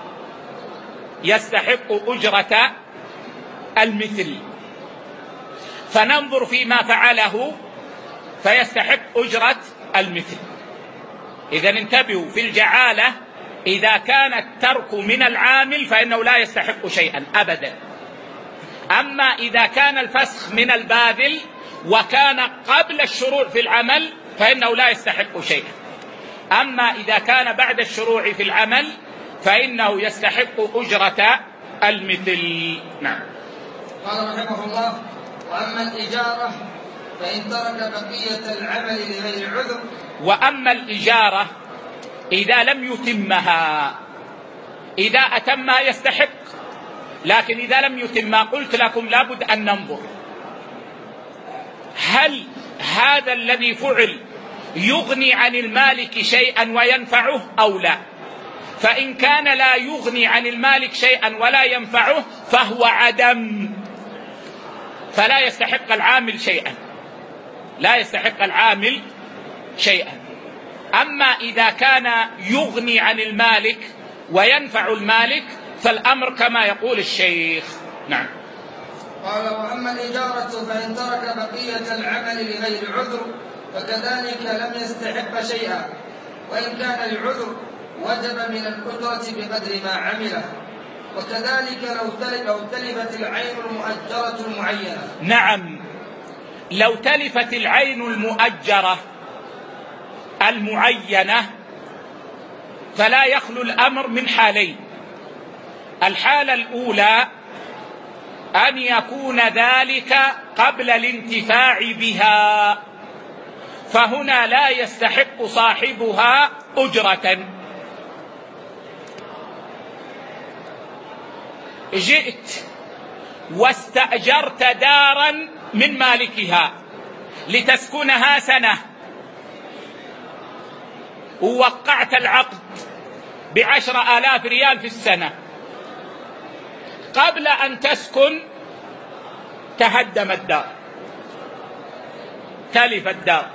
يستحق أجرة المثل. فننظر فيما فعله فيستحق أجرة المثل. إذا انتبهوا في الجعالة، إذا كان الترك من العامل فإنه لا يستحق شيئا أبدا. أما إذا كان الفسخ من الباذل وكان قبل الشروع في العمل فإنه لا يستحق شيئا. أما إذا كان بعد الشروع في العمل فإنه يستحق أجرة المثل. نعم. قال رحمه الله: وأما الإجارة فإن ترك بقية العمل لغير عذر. وأما الإجارة إذا لم يتمها، إذا أتمها يستحق، لكن إذا لم يتمها قلت لكم لابد أن ننظر هل هذا الذي فعل يغني عن المالك شيئا وينفعه أو لا. فإن كان لا يغني عن المالك شيئا ولا ينفعه فهو عدم، فلا يستحق العامل شيئا، لا يستحق العامل شيئا. أما إذا كان يغني عن المالك وينفع المالك فالأمر كما يقول الشيخ. نعم. قال: وأما الإجارة فإن ترك بقية العمل لغير عذر فكذلك لم يستحق شيئا، وإن كان العذر وجب من الأجرة بقدر ما عمله، وكذلك لو تلفت العين المؤجرة المعينة. نعم، لو تلفت العين المؤجرة المعينة فلا يخلو الأمر من حالين. الحالة الأولى أن يكون ذلك قبل الانتفاع بها، فهنا لا يستحق صاحبها أجرة. جئت واستأجرت دارا من مالكها لتسكنها سنة، ووقعت العقد بعشر آلاف ريال في السنة، قبل أن تسكن تهدم الدار، تلف الدار،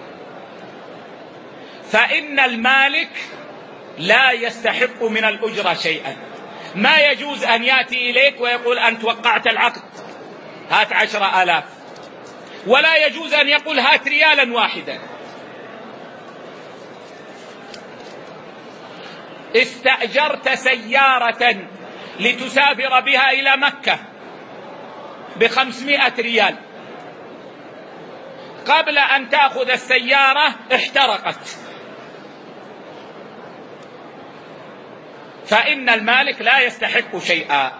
فإن المالك لا يستحق من الأجرة شيئا. ما يجوز أن يأتي إليك ويقول أنت وقعت العقد هات عشر آلاف، ولا يجوز أن يقول هات ريالا واحدا. استأجرت سيارة لتسافر بها إلى مكة بخمسمائة ريال، قبل أن تأخذ السيارة احترقت، فإن المالك لا يستحق شيئا.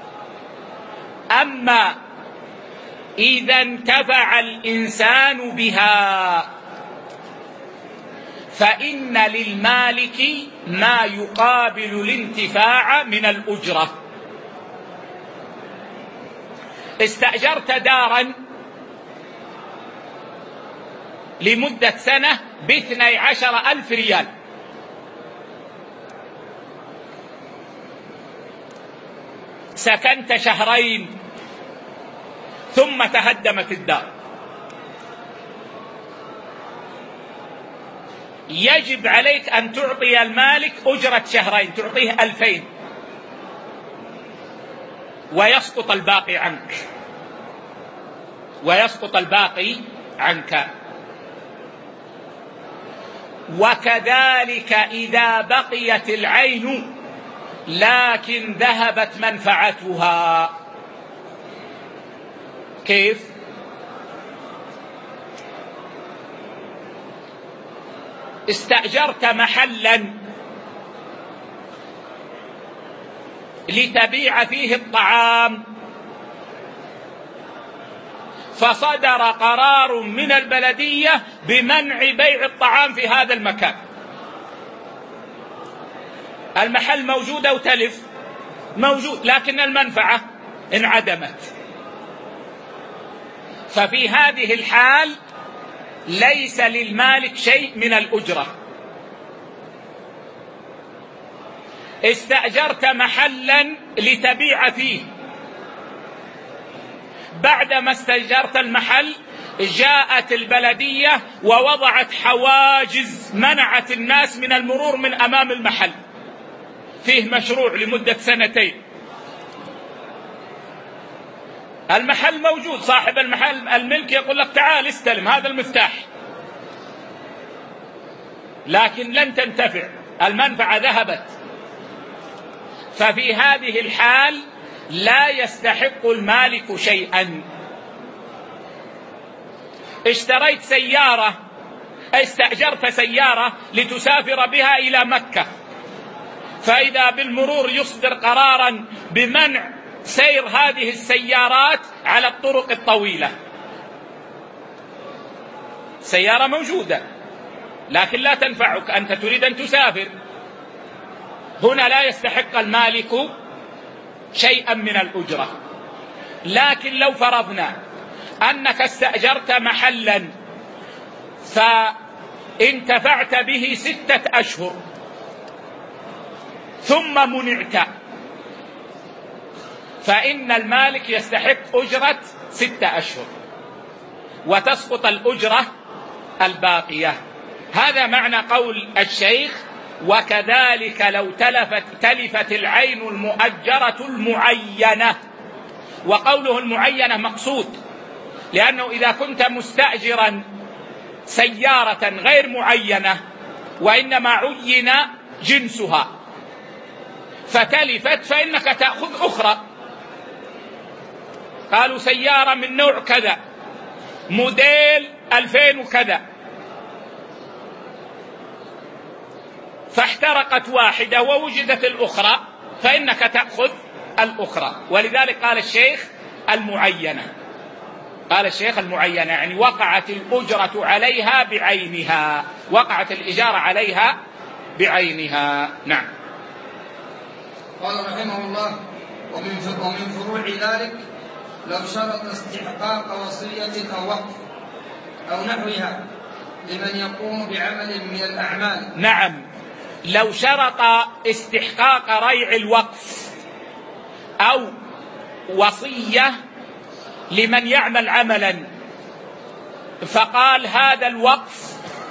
أما إذا انتفع الإنسان بها فإن للمالك ما يقابل الانتفاع من الأجرة. استأجرت دارا لمدة سنة باثني عشر ألف ريال، سكنت شهرين ثم تهدمت الدار، يجب عليك أن تعطي المالك أجرة شهرين، تعطيه ألفين ويسقط الباقي عنك، ويسقط الباقي عنك. وكذلك إذا بقيت العين لكن ذهبت منفعتها. كيف؟ استأجرت محلا لتبيع فيه الطعام، فصدر قرار من البلدية بمنع بيع الطعام في هذا المكان. المحل موجود أو تلف؟ موجود، لكن المنفعة انعدمت. ففي هذه الحال ليس للمالك شيء من الأجرة. استأجرت محلا لتبيع فيه، بعدما استأجرت المحل جاءت البلدية ووضعت حواجز منعت الناس من المرور من أمام المحل، فيه مشروع لمدة سنتين. المحل موجود، صاحب المحل الملك يقول لك تعال استلم هذا المفتاح، لكن لن تنتفع، المنفعة ذهبت. ففي هذه الحال لا يستحق المالك شيئا. اشتريت سيارة، استأجرت سيارة لتسافر بها إلى مكة، فإذا بالمرور يصدر قرارا بمنع سير هذه السيارات على الطرق الطويلة. سيارة موجودة لكن لا تنفعك، أنت تريد أن تسافر. هنا لا يستحق المالك شيئا من الأجرة. لكن لو فرضنا أنك استأجرت محلا فانتفعت به ستة أشهر ثم منعت، فإن المالك يستحق أجرة ستة أشهر وتسقط الأجرة الباقية. هذا معنى قول الشيخ: وكذلك لو تلفت, تلفت العين المؤجرة المعينة. وقوله المعينة مقصود، لأنه إذا كنت مستأجرا سيارة غير معينة وإنما عين جنسها فتلفت فإنك تأخذ أخرى. قالوا سيارة من نوع كذا موديل ألفين وكذا، فاحترقت واحدة ووجدت الأخرى فإنك تأخذ الأخرى. ولذلك قال الشيخ المعينة، قال الشيخ المعينة يعني وقعت الأجرة عليها بعينها، وقعت الإجارة عليها بعينها. نعم. قال رحمه الله: ومن فروع ذلك لو شرط استحقاق وصية أو وقف أو نحوها لمن يقوم بعمل من الأعمال. نعم، لو شرط استحقاق ريع الوقف أو وصية لمن يعمل عملا، فقال هذا الوقف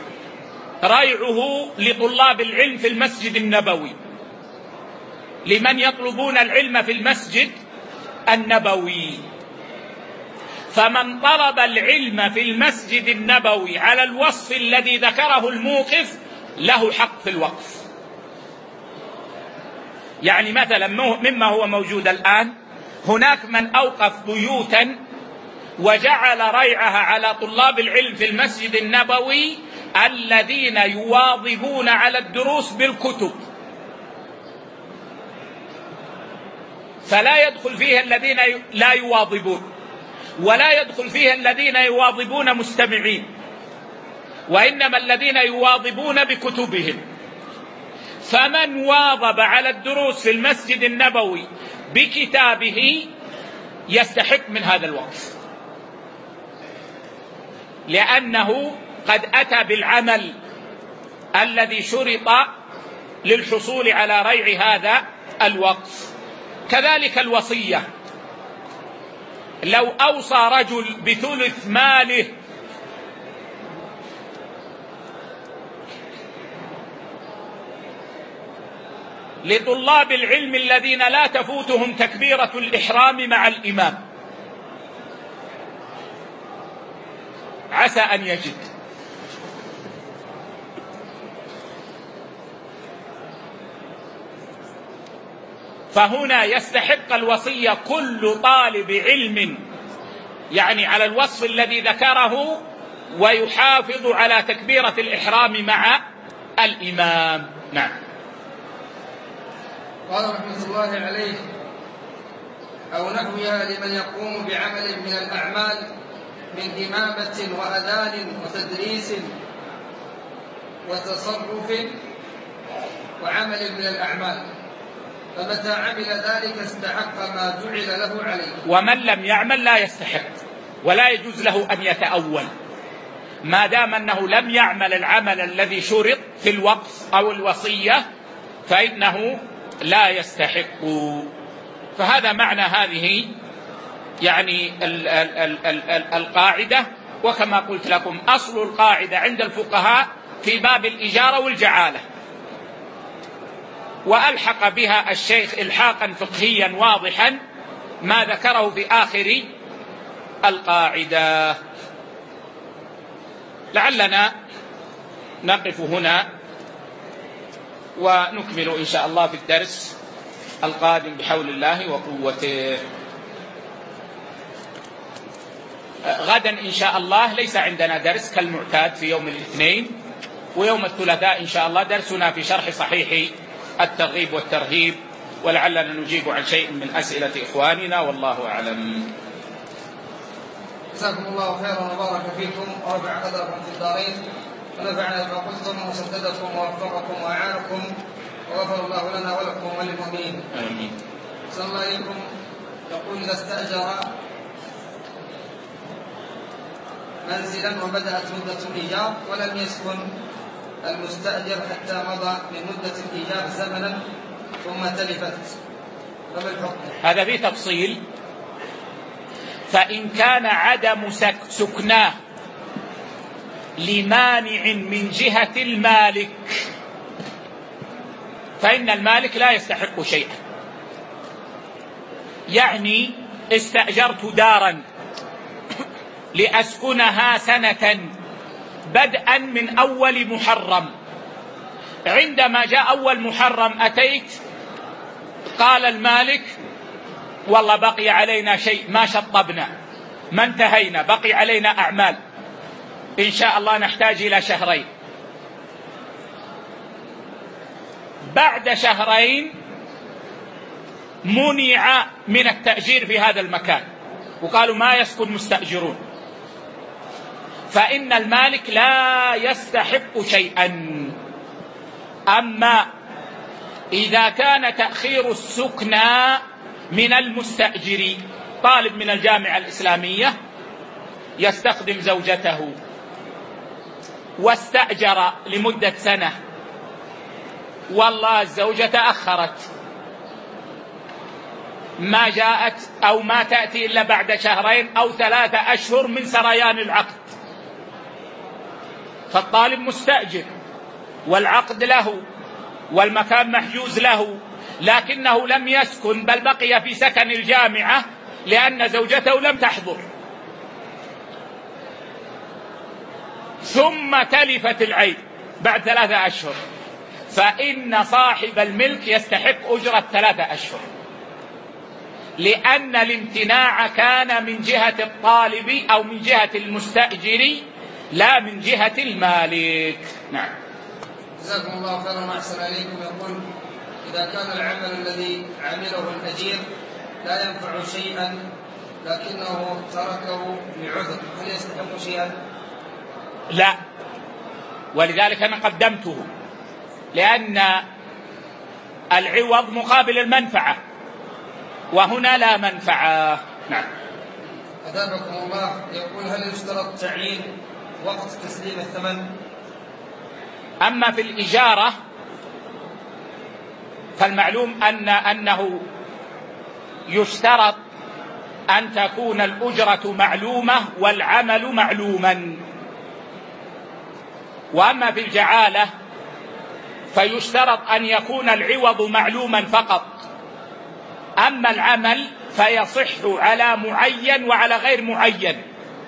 ريعه لطلاب العلم في المسجد النبوي، لمن يطلبون العلم في المسجد النبوي، فمن طلب العلم في المسجد النبوي على الوصف الذي ذكره الموقف له حق في الوقف. يعني مثلا مما هو موجود الآن، هناك من أوقف بيوتا وجعل ريعها على طلاب العلم في المسجد النبوي الذين يواظبون على الدروس بالكتب، فلا يدخل فيها الذين لا يواظبون، ولا يدخل فيها الذين يواظبون مستمعين، وإنما الذين يواظبون بكتبهم. فمن واظب على الدروس في المسجد النبوي بكتابه يستحق من هذا الوقف، لأنه قد أتى بالعمل الذي شرط للحصول على ريع هذا الوقف. كذلك الوصية، لو أوصى رجل بثلث ماله لطلاب العلم الذين لا تفوتهم تكبيرة الإحرام مع الإمام عسى أن يجد، فهنا يستحق الوصية كل طالب علم يعني على الوصف الذي ذكره، ويحافظ على تكبيرة الإحرام مع الإمام. نعم. قال رحمة الله عليه: أو نحوها لمن يقوم بعمل من الأعمال من إمامة وأذان وتدريس وتصرف وعمل من الأعمال، فمتى عمل ذلك استحق ما جعل له عليه. ومن لم يعمل لا يستحق ولا يجوز له أن يتأول، ما دام أنه لم يعمل العمل الذي شرط في الوقف أو الوصية فإنه لا يستحق. فهذا معنى هذه يعني ال ال ال ال ال القاعدة. وكما قلت لكم أصل القاعدة عند الفقهاء في باب الإجارة والجعالة، وألحق بها الشيخ إلحاقا فقهيا واضحا ما ذكره في آخر القاعدة. لعلنا نقف هنا ونكمل إن شاء الله في الدرس القادم بحول الله وقوته. غدا إن شاء الله ليس عندنا درس كالمعتاد في يوم الاثنين، ويوم الثلاثاء إن شاء الله درسنا في شرح صحيح الترغيب والترهيب، ولعلنا نجيب عن شيء من أسئلة إخواننا، والله أعلم. جزاكم الله خيرا وبارك فيكم ورفع قدركم في الدارين، ونفعنا بما قلتم وسددكم ووفقكم وأعانكم، وغفر الله لنا ولكم وللمؤمنين. آمين. صلى الله عليكم. يقول: إذا استأجر منزلا وبدأت مدة الإيجار ولم يسكن المستأجر حتى مضى من مدة الإيجار زمنا ثم تلفت، فما الحكم؟ هذا فيه تفصيل. فإن كان عدم سكناه لمانع من جهة المالك فإن المالك لا يستحق شيئا. يعني استأجرت دارا لأسكنها سنة بدءا من أول محرم، عندما جاء أول محرم أتيت قال المالك: والله بقي علينا شيء ما شطبنا ما انتهينا، بقي علينا أعمال إن شاء الله نحتاج إلى شهرين. بعد شهرين منع من التأجير في هذا المكان وقالوا ما يسكن مستأجرون، فإن المالك لا يستحق شيئا. أما إذا كان تأخير السكنى من المستأجر، طالب من الجامعة الإسلامية يستخدم زوجته واستأجر لمدة سنة، والله الزوجة تأخرت ما جاءت أو ما تأتي إلا بعد شهرين أو ثلاثة أشهر من سريان العقد، فالطالب مستأجر والعقد له والمكان محجوز له، لكنه لم يسكن بل بقي في سكن الجامعة لأن زوجته لم تحضر، ثم تلفت العين بعد ثلاثة أشهر، فإن صاحب الملك يستحق أجرة ثلاثة أشهر، لأن الامتناع كان من جهة الطالب أو من جهة المستأجر لا من جهة المالك. نعم. جزاكم الله خيرا وأحسن إليكم. يقول: إذا كان العمل الذي عمله الأجير لا ينفع شيئا لكنه تركه لعذر، هل يستحق شيئا؟ لا، ولذلك أنا قدمته، لأن العوض مقابل المنفعة وهنا لا منفعة. نعم. أثابكم الله. يقول: هل يشترط تعيين وقت تسليم الثمن؟ أما في الإجارة فالمعلوم أن أنه يشترط أن تكون الأجرة معلومة والعمل معلوما، وأما في الجعالة فيشترط أن يكون العوض معلوما فقط، أما العمل فيصح على معين وعلى غير معين.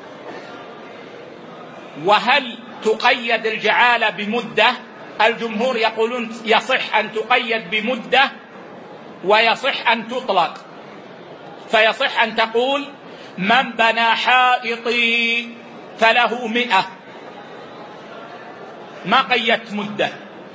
وهل تقيد الجعالة بمدة؟ الجمهور يقولون يصح أن تقيد بمدة ويصح أن تطلق، فيصح أن تقول من بنى حائطي فله مئة، ما قيدت مدة.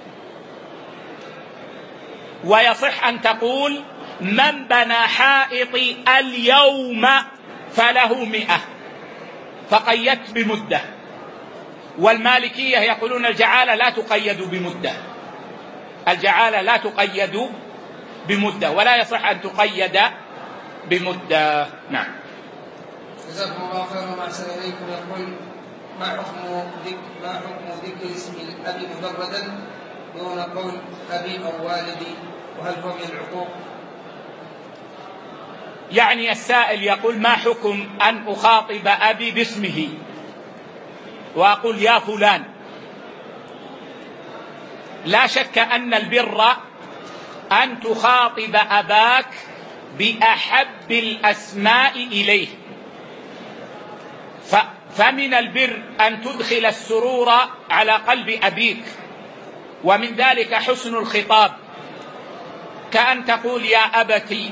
ويصح أن تقول من بنى حائطي اليوم فله مئة، فقيدت بمدة. والمالكية يقولون الجعالة لا تقيد بمدة، الجعالة لا تقيد بمدة، ولا يصح أن تقيد بمدة. نعم. جزاكم الله خيرا وأحسن إليكم. يقول ما حكم ذكر ما حكم ذكر اسم الأب مجردا دون قول أبي أو والدي، وهل هو من العقوق؟ يعني السائل يقول ما حكم أن أخاطب أبي باسمه وأقول يا فلان؟ لا شك أن البر أن تخاطب أباك بأحب الأسماء إليه، فمن البر أن تدخل السرور على قلب أبيك، ومن ذلك حسن الخطاب، كأن تقول يا أبتي،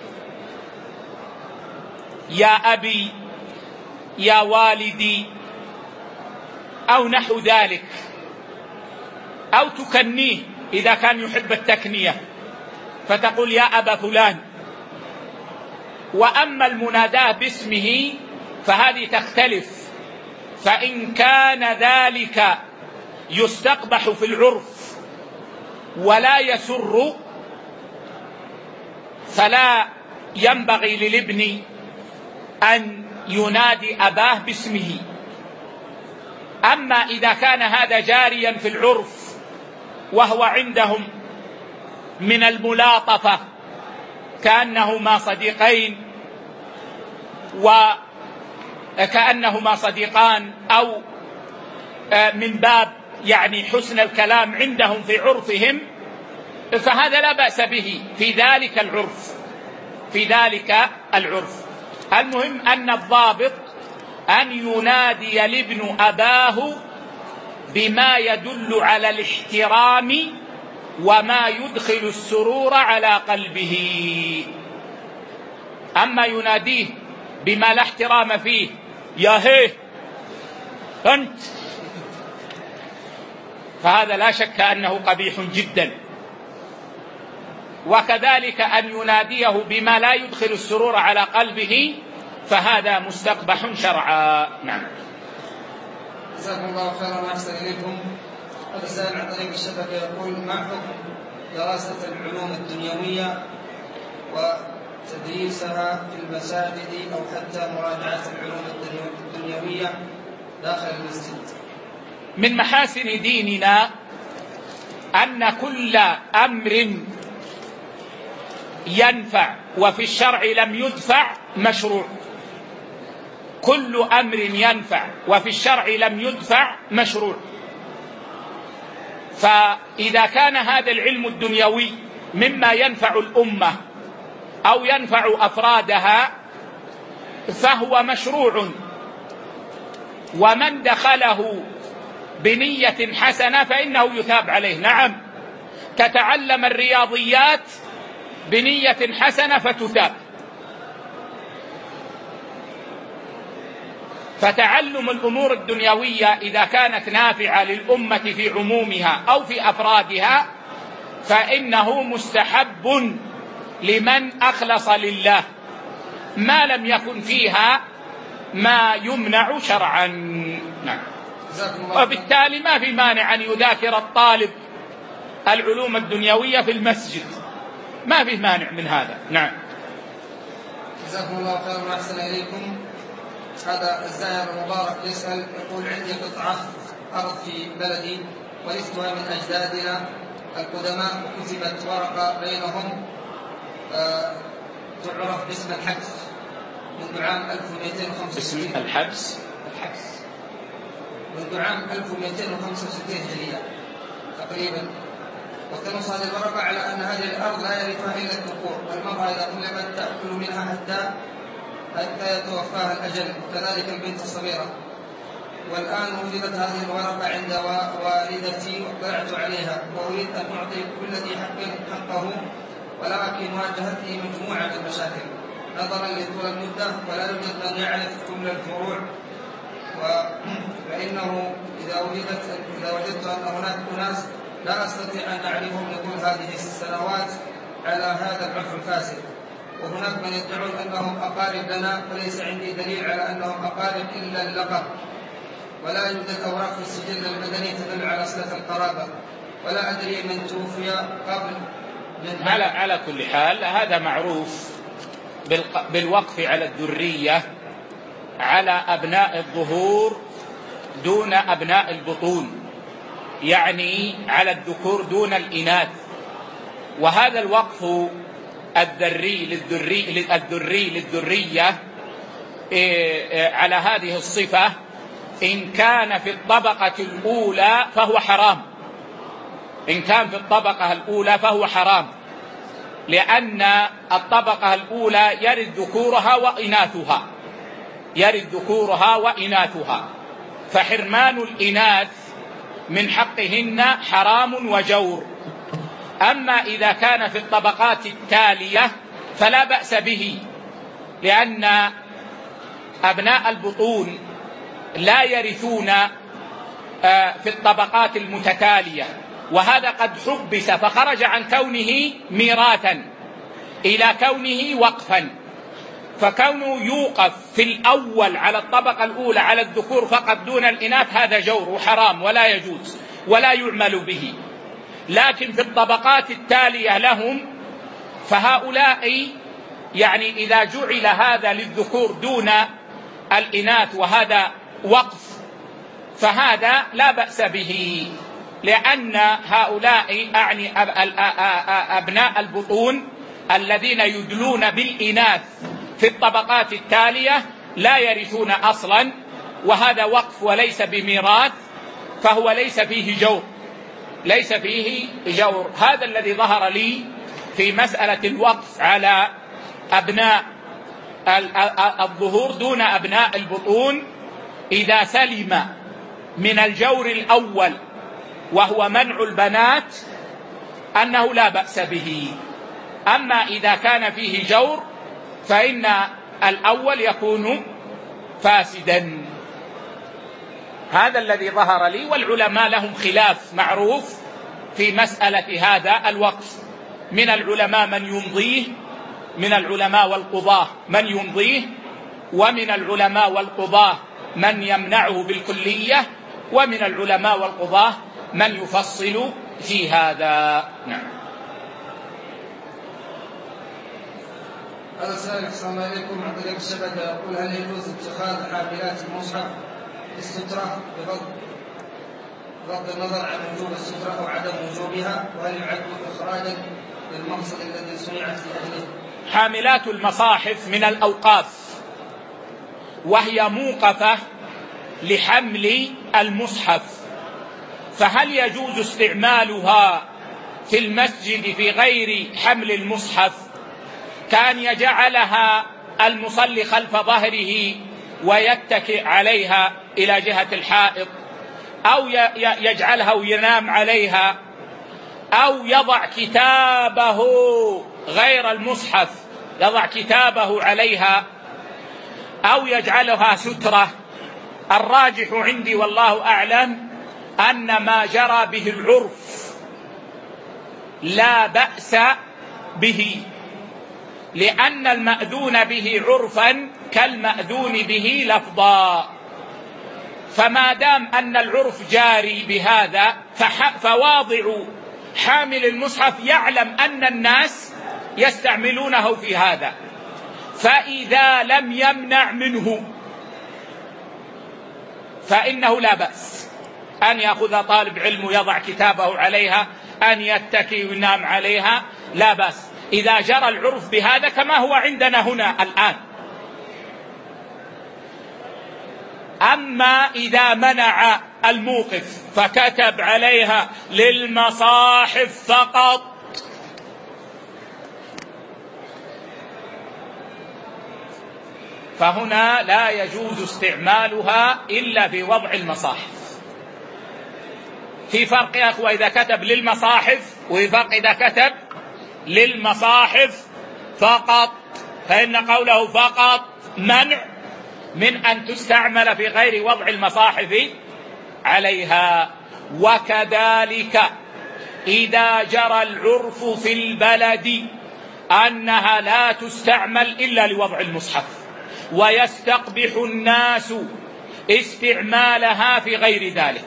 يا أبي، يا والدي، أو نحو ذلك، أو تكنيه إذا كان يحب التكنية فتقول يا أبا فلان. وأما المناداة باسمه فهذه تختلف، فإن كان ذلك يستقبح في العرف ولا يسر فلا ينبغي للابن أن ينادي أباه باسمه. أما إذا كان هذا جاريا في العرف وهو عندهم من الملاطفة كأنهما صديقين وكأنهما صديقان، أو من باب يعني حسن الكلام عندهم في عرفهم، فهذا لا بأس به في ذلك العرف في ذلك العرف المهم أن الضابط أن ينادي الابن أباه بما يدل على الاحترام وما يدخل السرور على قلبه. أما يناديه بما لا احترام فيه، يا هيه أنت، فهذا لا شك أنه قبيح جدا. وكذلك أن يناديه بما لا يدخل السرور على قلبه، فهذا مستقبح شرعا. نعم. جزاكم الله خيرا وأحسن إليكم. هذا السائل عن طريق الشبكة يقول ما حكم دراسة العلوم الدنيوية وتدريسها في المساجد أو حتى مراجعة العلوم الدنيوية داخل المسجد؟ من محاسن ديننا أن كل أمر ينفع وفي الشرع لم يدفع مشروع، كل أمر ينفع وفي الشرع لم يدفع مشروع. فإذا كان هذا العلم الدنيوي مما ينفع الأمة أو ينفع أفرادها فهو مشروع، ومن دخله بنية حسنة فإنه يثاب عليه. نعم، تتعلم الرياضيات بنية حسنة فتثاب. فتعلم الأمور الدنيوية إذا كانت نافعة للأمة في عمومها أو في أفرادها فإنه مستحب لمن أخلص لله، ما لم يكن فيها ما يمنع شرعا. نعم. وبالتالي ما في مانع أن يذاكر الطالب العلوم الدنيوية في المسجد، ما في مانع من هذا. نعم. جزاكم الله خيرا وأحسن إليكم. هذا الزائر المبارك يسأل يقول عندي قطعة أرض في بلدي ورثتها من أجدادنا القدماء، وكتبت ورقة بينهم آه تعرف باسم الحبس منذ عام ألف ومئتين وخمسة وستين. اسم الحبس الحبس منذ عام ألف ومئتين وخمسة وستين هجرية تقريبا، وتنص هذه الورقة على أن هذه الأرض لا يرثها إلا الذكور، والمرأة إذا طلقت تأكل منها حتى حتى يتوفاها الأجل، وكذلك البنت الصغيرة. والآن وجدت هذه الورقة عند والدتي واطلعت عليها، وأريد أن أعطي كل ذي حق حقه ولكن واجهته مجموعة المشاكل نظرا لطول المدة، ولا يوجد من يعرف كل الفروع، فإنه إذا وجدت إذا وجدت أن هناك أناس لا أستطيع أن أعرفهم لطول هذه السنوات على هذا العرف الفاسد، وهناك من يدعون أنهم أقارب لنا، وليس عندي دليل على أنهم أقارب إلا اللقب، ولا يوجد أوراق في السجل المدني تدل على صلة القرابة، ولا أدري من توفي قبل من على على كل حال هذا معروف بالوقف على الذرية على أبناء الظهور دون أبناء البطون، يعني على الذكور دون الإناث. وهذا الوقف الذري للذري الذري للذرية على هذه الصفة إن كان في الطبقة الأولى فهو حرام، إن كان في الطبقة الأولى فهو حرام، لأن الطبقة الأولى يرد ذكورها وإناثها، يرد ذكورها وإناثها، فحرمان الإناث من حقهن حرام وجور. أما إذا كان في الطبقات التالية فلا بأس به، لأن أبناء البطون لا يرثون في الطبقات المتتالية، وهذا قد حبس فخرج عن كونه ميراثا إلى كونه وقفا، فكونه يوقف في الأول على الطبقة الأولى على الذكور فقط دون الإناث هذا جور وحرام ولا يجوز ولا يعمل به. لكن في الطبقات التالية لهم فهؤلاء يعني إذا جعل هذا للذكور دون الإناث وهذا وقف فهذا لا بأس به، لأن هؤلاء أعني أبناء البطون الذين يدلون بالإناث في الطبقات التالية لا يرثون أصلا، وهذا وقف وليس بميراث، فهو ليس فيه جور، ليس فيه جور. هذا الذي ظهر لي في مسألة الوقف على أبناء الظهور دون أبناء البطون إذا سلم من الجور الأول وهو منع البنات أنه لا بأس به. أما إذا كان فيه جور فإن الأول يكون فاسدا. هذا الذي ظهر لي، والعلماء لهم خلاف معروف في مسألة هذا الوقف، من العلماء من يمضيه، من العلماء والقضاة من يمضيه، ومن العلماء والقضاة من يمنعه بالكلية، ومن العلماء والقضاة من يفصل في هذا. نعم. هذا السائل السلام عليكم عن طريق الشبكة يقول: هل يجوز اتخاذ حاملات المصحف للسترة بغض بغض النظر عن وجوب السترة أو عدم وجوبها، وهل يعد إخراجا للمقصد الذي صنعت لأجله؟ حاملات المصاحف من الأوقاف، وهي موقفة لحمل المصحف، فهل يجوز استعمالها في المسجد في غير حمل المصحف، كان يجعلها المصلي خلف ظهره ويتكئ عليها إلى جهة الحائط، أو يجعلها وينام عليها، أو يضع كتابه غير المصحف يضع كتابه عليها، أو يجعلها سترة؟ الراجح عندي والله أعلم أن ما جرى به العرف لا بأس به، لأن المأذون به عرفا كالمأذون به لفظا، فما دام أن العرف جاري بهذا فواضع حامل المصحف يعلم أن الناس يستعملونه في هذا، فإذا لم يمنع منه فإنه لا بأس أن يأخذ طالب علم ويضع كتابه عليها، أن يتكي وينام عليها، لا بأس إذا جرى العرف بهذا كما هو عندنا هنا الآن. أما إذا منع الموقف فكتب عليها للمصاحف فقط فهنا لا يجوز استعمالها إلا في وضع المصاحف. في فرق يا أخوة إذا كتب للمصاحف، وفي فرق إذا كتب للمصاحف فقط، فإن قوله فقط منع من أن تستعمل في غير وضع المصاحف عليها. وكذلك إذا جرى العرف في البلد أنها لا تستعمل إلا لوضع المصحف، ويستقبح الناس استعمالها في غير ذلك،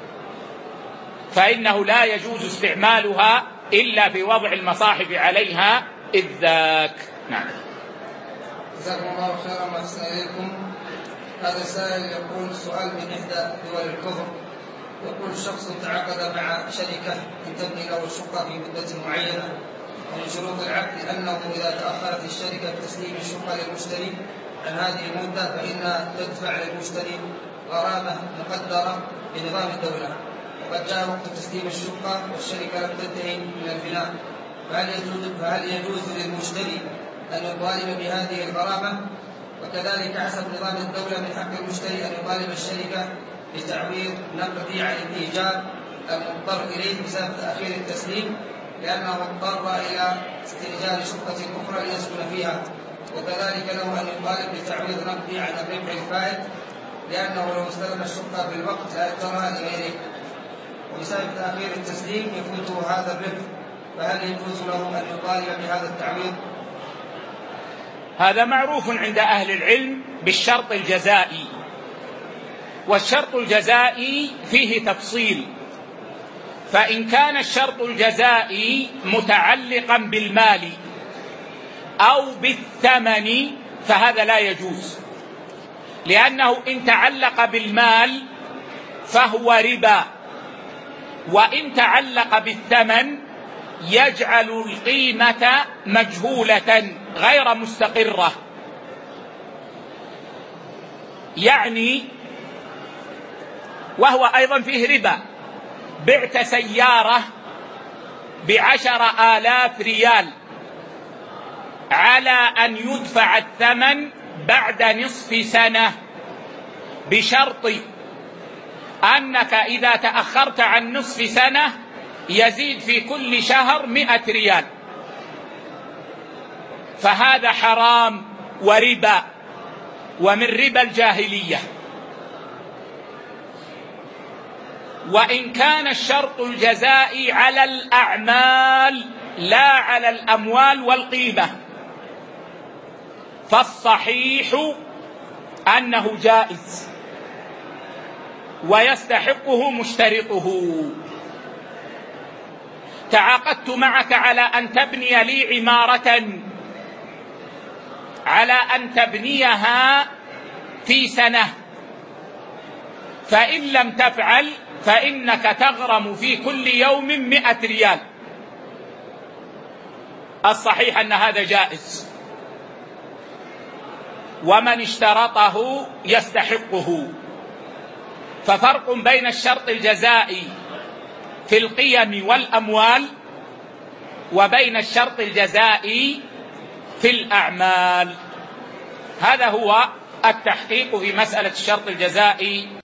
فإنه لا يجوز استعمالها إلا في وضع المصاحف عليها إذ ذاك. نعم. جزاكم الله خيرا وأحسن إليكم. هذا السائل يقول سؤال من إحدى دول الكفر، يقول الشخص تعاقد مع شركة أن تبني له الشقة في مدة معينة، ومن شروط العقد أنه إذا تأخرت الشركة بتسليم الشقة للمشتري عن هذه المدة فإنها تدفع للمشتري غرامة مقدرة بنظام الدولة، وقد جاء وقت تسليم الشقة والشركة لم تنتهي من البناء، فهل يجوز, فهل يجوز للمشتري أن يطالب بهذه الغرامة؟ وكذلك حسب نظام الدولة من حق المشتري أن يطالب الشركة بتعويض نقدي عن الإيجار المضطر إليه بسبب تأخير التسليم لأنه اضطر إلى استئجار شقة أخرى ليسكن فيها، وكذلك له أن يطالب بتعويض نقدي عن الربح الفائت لأنه لو استلم الشقة في الوقت لأجرها لغيره، وبسبب تأخير التسليم يفوته هذا الربح، فهل يجوز له أن يطالب بهذا التعويض؟ هذا معروف عند أهل العلم بالشرط الجزائي، والشرط الجزائي فيه تفصيل، فإن كان الشرط الجزائي متعلقا بالمال أو بالثمن فهذا لا يجوز، لأنه إن تعلق بالمال فهو ربا، وإن تعلق بالثمن يجعل القيمة مجهولة غير مستقرة. يعني وهو أيضا فيه ربا، بعت سيارة بعشر آلاف ريال على أن يدفع الثمن بعد نصف سنة بشرط أنك إذا تأخرت عن نصف سنة يزيد في كل شهر مئة ريال، فهذا حرام وربا ومن ربا الجاهلية. وإن كان الشرط الجزائي على الأعمال لا على الأموال والقيمة فالصحيح أنه جائز ويستحقه مشترطه. تعاقدت معك على أن تبني لي عمارة، على أن تبنيها في سنة، فإن لم تفعل فإنك تغرم في كل يوم مئة ريال. الصحيح أن هذا جائز، ومن اشترطه يستحقه. ففرق بين الشرط الجزائي في القيم والأموال وبين الشرط الجزائي في الأعمال. هذا هو التحقيق في مسألة الشرط الجزائي.